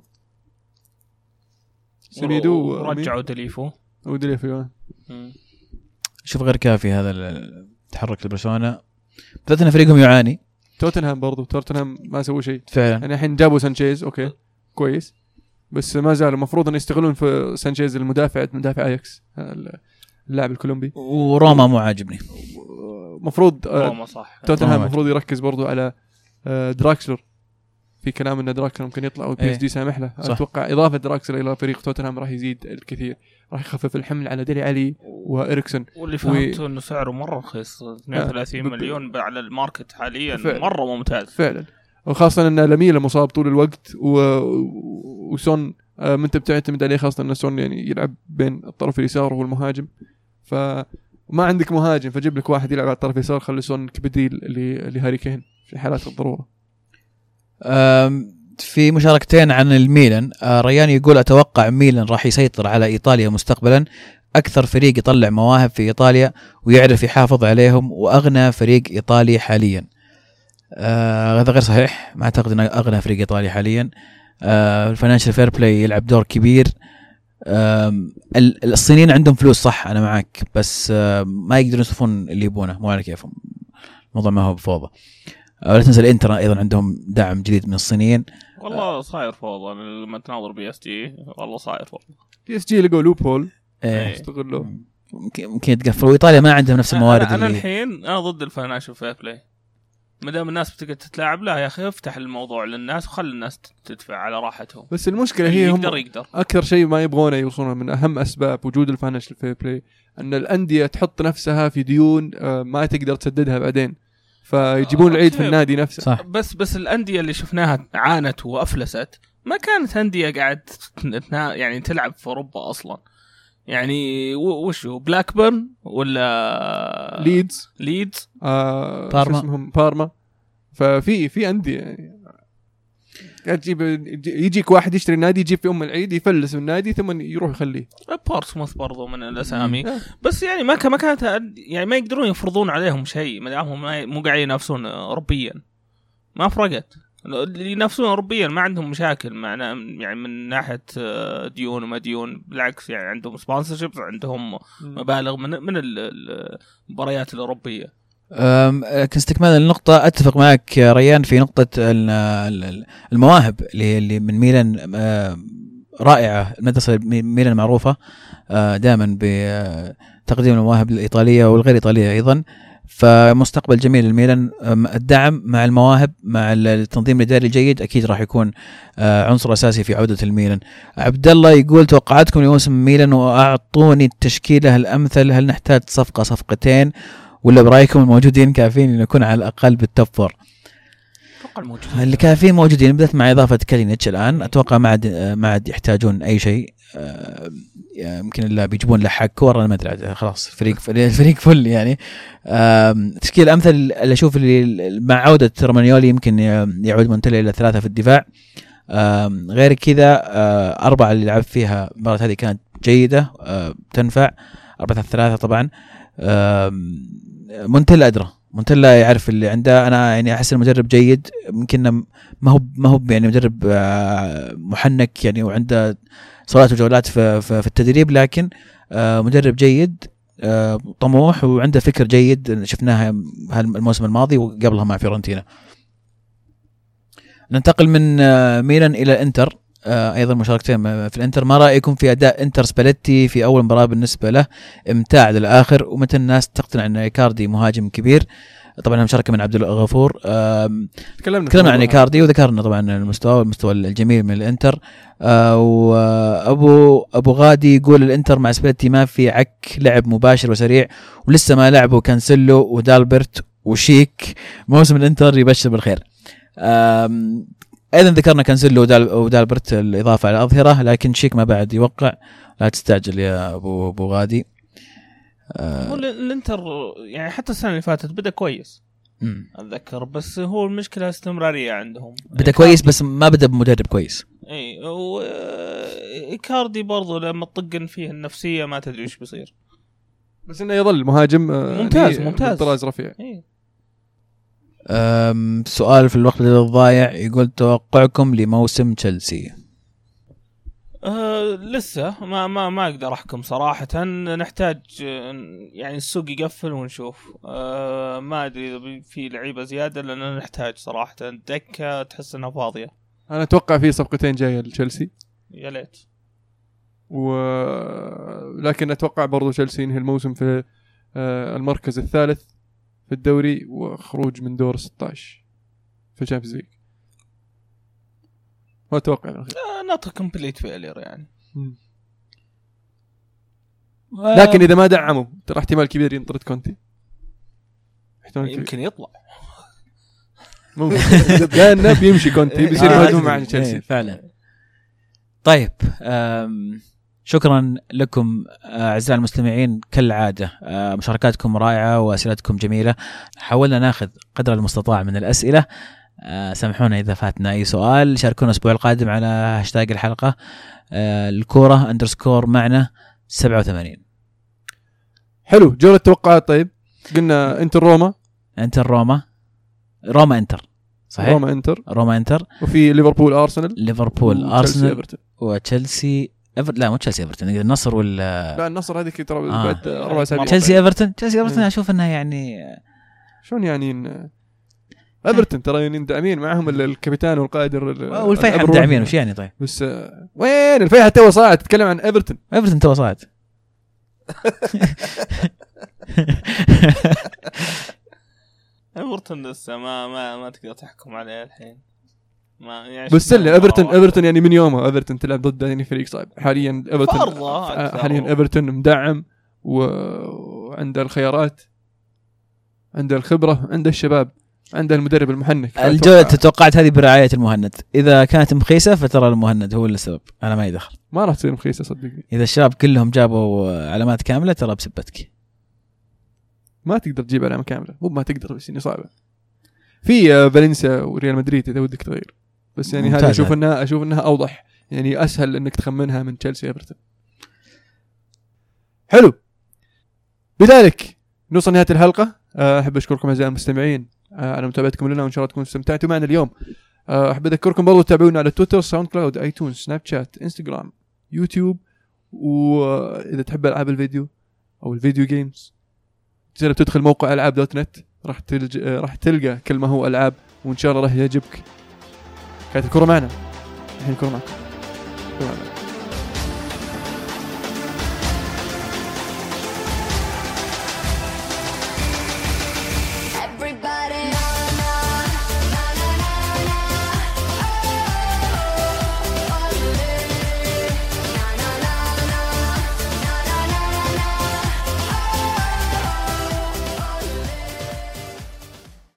سميدو ورجعوا دليفو ودليفو. شوف غير كافي هذا التحرك لبرشلونه، بالذات ان فريقهم يعاني. توتنهام برضو توتنهام ما سووا شيء فعلا. يعني الحين جابوا سانشيز اوكي كويس، بس ما زالوا المفروض ان يستغلون في سانشيز المدافع مدافع اياكس اللاعب الكولومبي. وروما مو عاجبني. مفروض روما صح. توتنهام مفروض يركز برضو على دراكسلر، في كلام ان دراكسلر ممكن يطلع وبي اس دي سامح له. اتوقع اضافه دراكسلر الى فريق توتنهام راح يزيد الكثير، راح يخفف الحمل على ديلي علي وإريكسون. واللي فهمته و... انه سعره مره رخيص اثنين وثلاثين آه مليون على الماركت حاليا فعلا. مره ممتاز فعلا، وخاصه ان لاميلا مصاب طول الوقت و... وسون آه من انت بتعتمد عليه، خاصه ان سون يعني يلعب بين الطرف اليسار وهو المهاجم، فما عندك مهاجم فجيب لك واحد يلعب على الطرف اليسار، خلي سون كبديل لهاري كين في حالات الضروره. في مشاركتين عن الميلان، ريان يقول أتوقع ميلان راح يسيطر على إيطاليا مستقبلا، أكثر فريق يطلع مواهب في إيطاليا ويعرف يحافظ عليهم، وأغنى فريق إيطالي حاليا. آه هذا غير صحيح، ما أعتقد أنه أغنى فريق إيطالي حاليا. آه الفاينانشال فير بلاي يلعب دور كبير. آه الصينيين عندهم فلوس صح أنا معك، بس آه ما يقدرون يصرفون اللي يبونه، مو على كيفهم، الموضوع ما هو بفوضى. ولا تنسى الانتر ايضا عندهم دعم جديد من الصينيين. والله صاير فوضى لما تناظر بي اس جي، والله صاير فوضى. بي اس جي لقوا لوبول ايه استغلوا، ممكن يتقفلوا. ايطاليا ما عندهم نفس الموارد. انا, أنا اللي الحين انا ضد الفاينانشال فير بلاي، ما دام الناس بتقدر تتلاعب، لا يا اخي افتح الموضوع للناس وخلي الناس تدفع على راحتهم. بس المشكله هي يقدر هم يقدر. اكثر شيء ما يبغونه يوصلون من اهم اسباب وجود الفاينانشال فير بلاي ان الانديه تحط نفسها في ديون ما تقدر تسددها بعدين، فيجيبون العيد في النادي نفسه. صح. بس بس الأندية اللي شفناها عانت وأفلست ما كانت أندية قاعد يعني تلعب في أوروبا أصلا. يعني وشو بلاكبرن ولا ليدز ليدز آه بارما اسمهم بارما. ففي في أندية يعني تجيب يجيك واحد يشتري نادي يجيب في أم العيد يفلس النادي ثم يروح يخليه. بورتسموث برضو من الأسامي. بس يعني ما ما كانت يعني ما يقدرون يفرضون عليهم شيء ما دامهم مو قاعدين ينافسون أوروبيا، ما فرقت. اللي ينافسون أوروبيا ما عندهم مشاكل معنا يعني من ناحية ديون وما ديون، بالعكس يعني عندهم سبونسرشيب، عندهم مبالغ من من المباريات الأوروبية. كاستكمال النقطة أتفق معك ريان في نقطة المواهب اللي من ميلان رائعة. المدرسة ميلان معروفة دائما بتقديم المواهب الإيطالية والغير إيطالية أيضا، فمستقبل جميل الميلان. الدعم مع المواهب مع التنظيم الإداري الجيد أكيد راح يكون عنصر أساسي في عودة الميلان. عبد الله يقول توقعاتكم لموسم ميلان وأعطوني التشكيلة الأمثل، هل نحتاج صفقة صفقتين ولا برأيكم الموجودين كافيين لنكون على الأقل بالتوب فور؟ أتوقع الموجودين اللي كافيين موجودين، بدأت مع إضافة كالينيتش الآن. أتوقع ما عاد ما عاد يحتاجون أي شيء. يمكن اللي بيجيبون له حق كورة ما أدري، خلاص فريق فريق فل يعني. تشكيل أمثل اللي أشوف اللي مع عودة رومانيولي يمكن يعود مونتيلا إلى ثلاثة في الدفاع. غير كذا أربعة اللي لعب فيها المباراة هذه كانت جيدة تنفع. أربعة ثلاثة طبعا. مونتيلا أدرى، مونتيلا يعرف اللي عنده. أنا يعني أحس المدرب جيد، يمكن ما هو ما هو يعني مدرب محنك يعني وعنده صلات وجولات في في التدريب، لكن مدرب جيد طموح وعنده فكر جيد شفناها الموسم الماضي وقبلها مع فيورنتينا. ننتقل من ميلان إلى إنتر، أيضا مشاركتين في الإنتر. ما رأيكم في أداء إنتر سباليتي في أول مباراة بالنسبة له؟ امتاع للآخر، ومتى الناس تقتنع أن إيكاردي مهاجم كبير؟ طبعا مشاركة من عبد الغفور. تكلمنا تكلمنا عن إيكاردي وذكرنا طبعا المستوى والمستوى الجميل من الإنتر. وأبو أبو غادي يقول الإنتر مع سباليتي ما في عك، لعب مباشر وسريع ولسه ما لعبوا كانسيلو ودالبرت وشيك. موسم الإنتر يبشر بالخير. أيضا ذكرنا كانسيلو ودالبرت الإضافة على الأظهرة، لكن شيك ما بعد يوقع، لا تستعجل يا أبو أبو غادي. هو الانتر يعني حتى السنة اللي فاتت بدأ كويس مم. أتذكر، بس هو المشكلة استمرارية عندهم. بدأ كويس بس ما بدأ بمدرب كويس. اي وإيكاردي برضو لما تطقن فيه النفسية ما تدري ايش بيصير، بس انه يظل مهاجم ممتاز ممتاز طراز رفيع. إيه. أم سؤال في الوقت الضايع يقول توقعكم لموسم تشيلسي. أه لسه ما ما ما اقدر احكم صراحه، نحتاج يعني السوق يقفل ونشوف. أه ما ادري اذا في لعيبه زياده لان نحتاج صراحه. الدكه تحس انها فاضيه. انا اتوقع في صفقتين جايه لتشيلسي يا ليت، و لكن اتوقع برضو تشيلسي ينهي الموسم في المركز الثالث في الدوري وخروج من دور ستة عشر في الشامبيونز ليج. ما اتوقع نوت كومبليت فيلير يعني. م. لكن اذا ما دعموا ترى احتمال كبير ينطرد كونتي. احتمال يمكن كبير. يطلع ممكن لأنه بيمشي كونتي بيصير مهاجم مع تشيلسي فعلا. طيب شكرا لكم أعزائي المستمعين كالعادة، مشاركاتكم رائعة وأسئلتكم جميلة. حاولنا ناخذ قدر المستطاع من الأسئلة، سامحونا إذا فاتنا أي سؤال. شاركونا الأسبوع القادم على هاشتاج الحلقة الكورة أندرسكور معنا سبعة وثمانين. حلو. جولة توقعات. طيب قلنا انتر روما انتر روما روما انتر صحيح. روما انتر روما انتر وفي ليفربول ارسنال ليفربول ارسنال وتشيلسي ايفرتون. لا مو تشيلسي ايفرتون، النصر ولا لا النصر هذيك ترى آه. بعد اربع اسابيع. تشيلسي ايفرتون تشيلسي ايفرتون اشوف انها يعني شلون يعني إن... ايفرتون ترى يعني داعمين معهم الكابتن والقائد والفيحة داعمين وش يعني. طيب بس وين الفيحة تو صاعد تتكلم عن ايفرتون ايفرتون تو صاعد ايفرتون لسه ما ما ما تقدر تحكم عليه الحين ما يعني. بس اللي ايفرتون ايفرتون يعني من يومها ايفرتون تلعب ضد يعني فريق صعب حاليا. ايفرتون حاليا ايفرتون مدعم وعنده الخيارات، عنده الخبرة، عنده الشباب، عنده المدرب المحنك. الجولة تتوقعت هذه برعاية المهند، إذا كانت مخيسة فترى المهند هو السبب. أنا ما يدخل، ما راح تصير مخيسة صدقني. إذا الشباب كلهم جابوا علامات كاملة ترى بسبتك. ما تقدر تجيب علامة كاملة، مو ما تقدر بس إني صعبة. في فالنسيا وريال مدريد إذا ودك تغير، بس يعني هذا أشوف إنها أشوف إنها أوضح، يعني أسهل إنك تخمنها من تشيلسي إيفرتون. حلو. بذلك نوصل نهاية الحلقة. أحب أشكركم أعزائي المستمعين على متابعتكم لنا، وإن شاء الله تكونوا استمتعتوا معنا اليوم. أحب أذكركم برضو تتابعونا على تويتر، ساوند كلاود، آيتونز، سناب شات، إنستغرام، يوتيوب. وإذا تحب ألعاب الفيديو أو الفيديو جيمز تقدر تدخل موقع ألعاب دوت نت، راح تلج... راح تلقى كل ما هو ألعاب، وإن شاء الله راح يعجبك. كانت الكرة معنا، الحين الكرة معكم.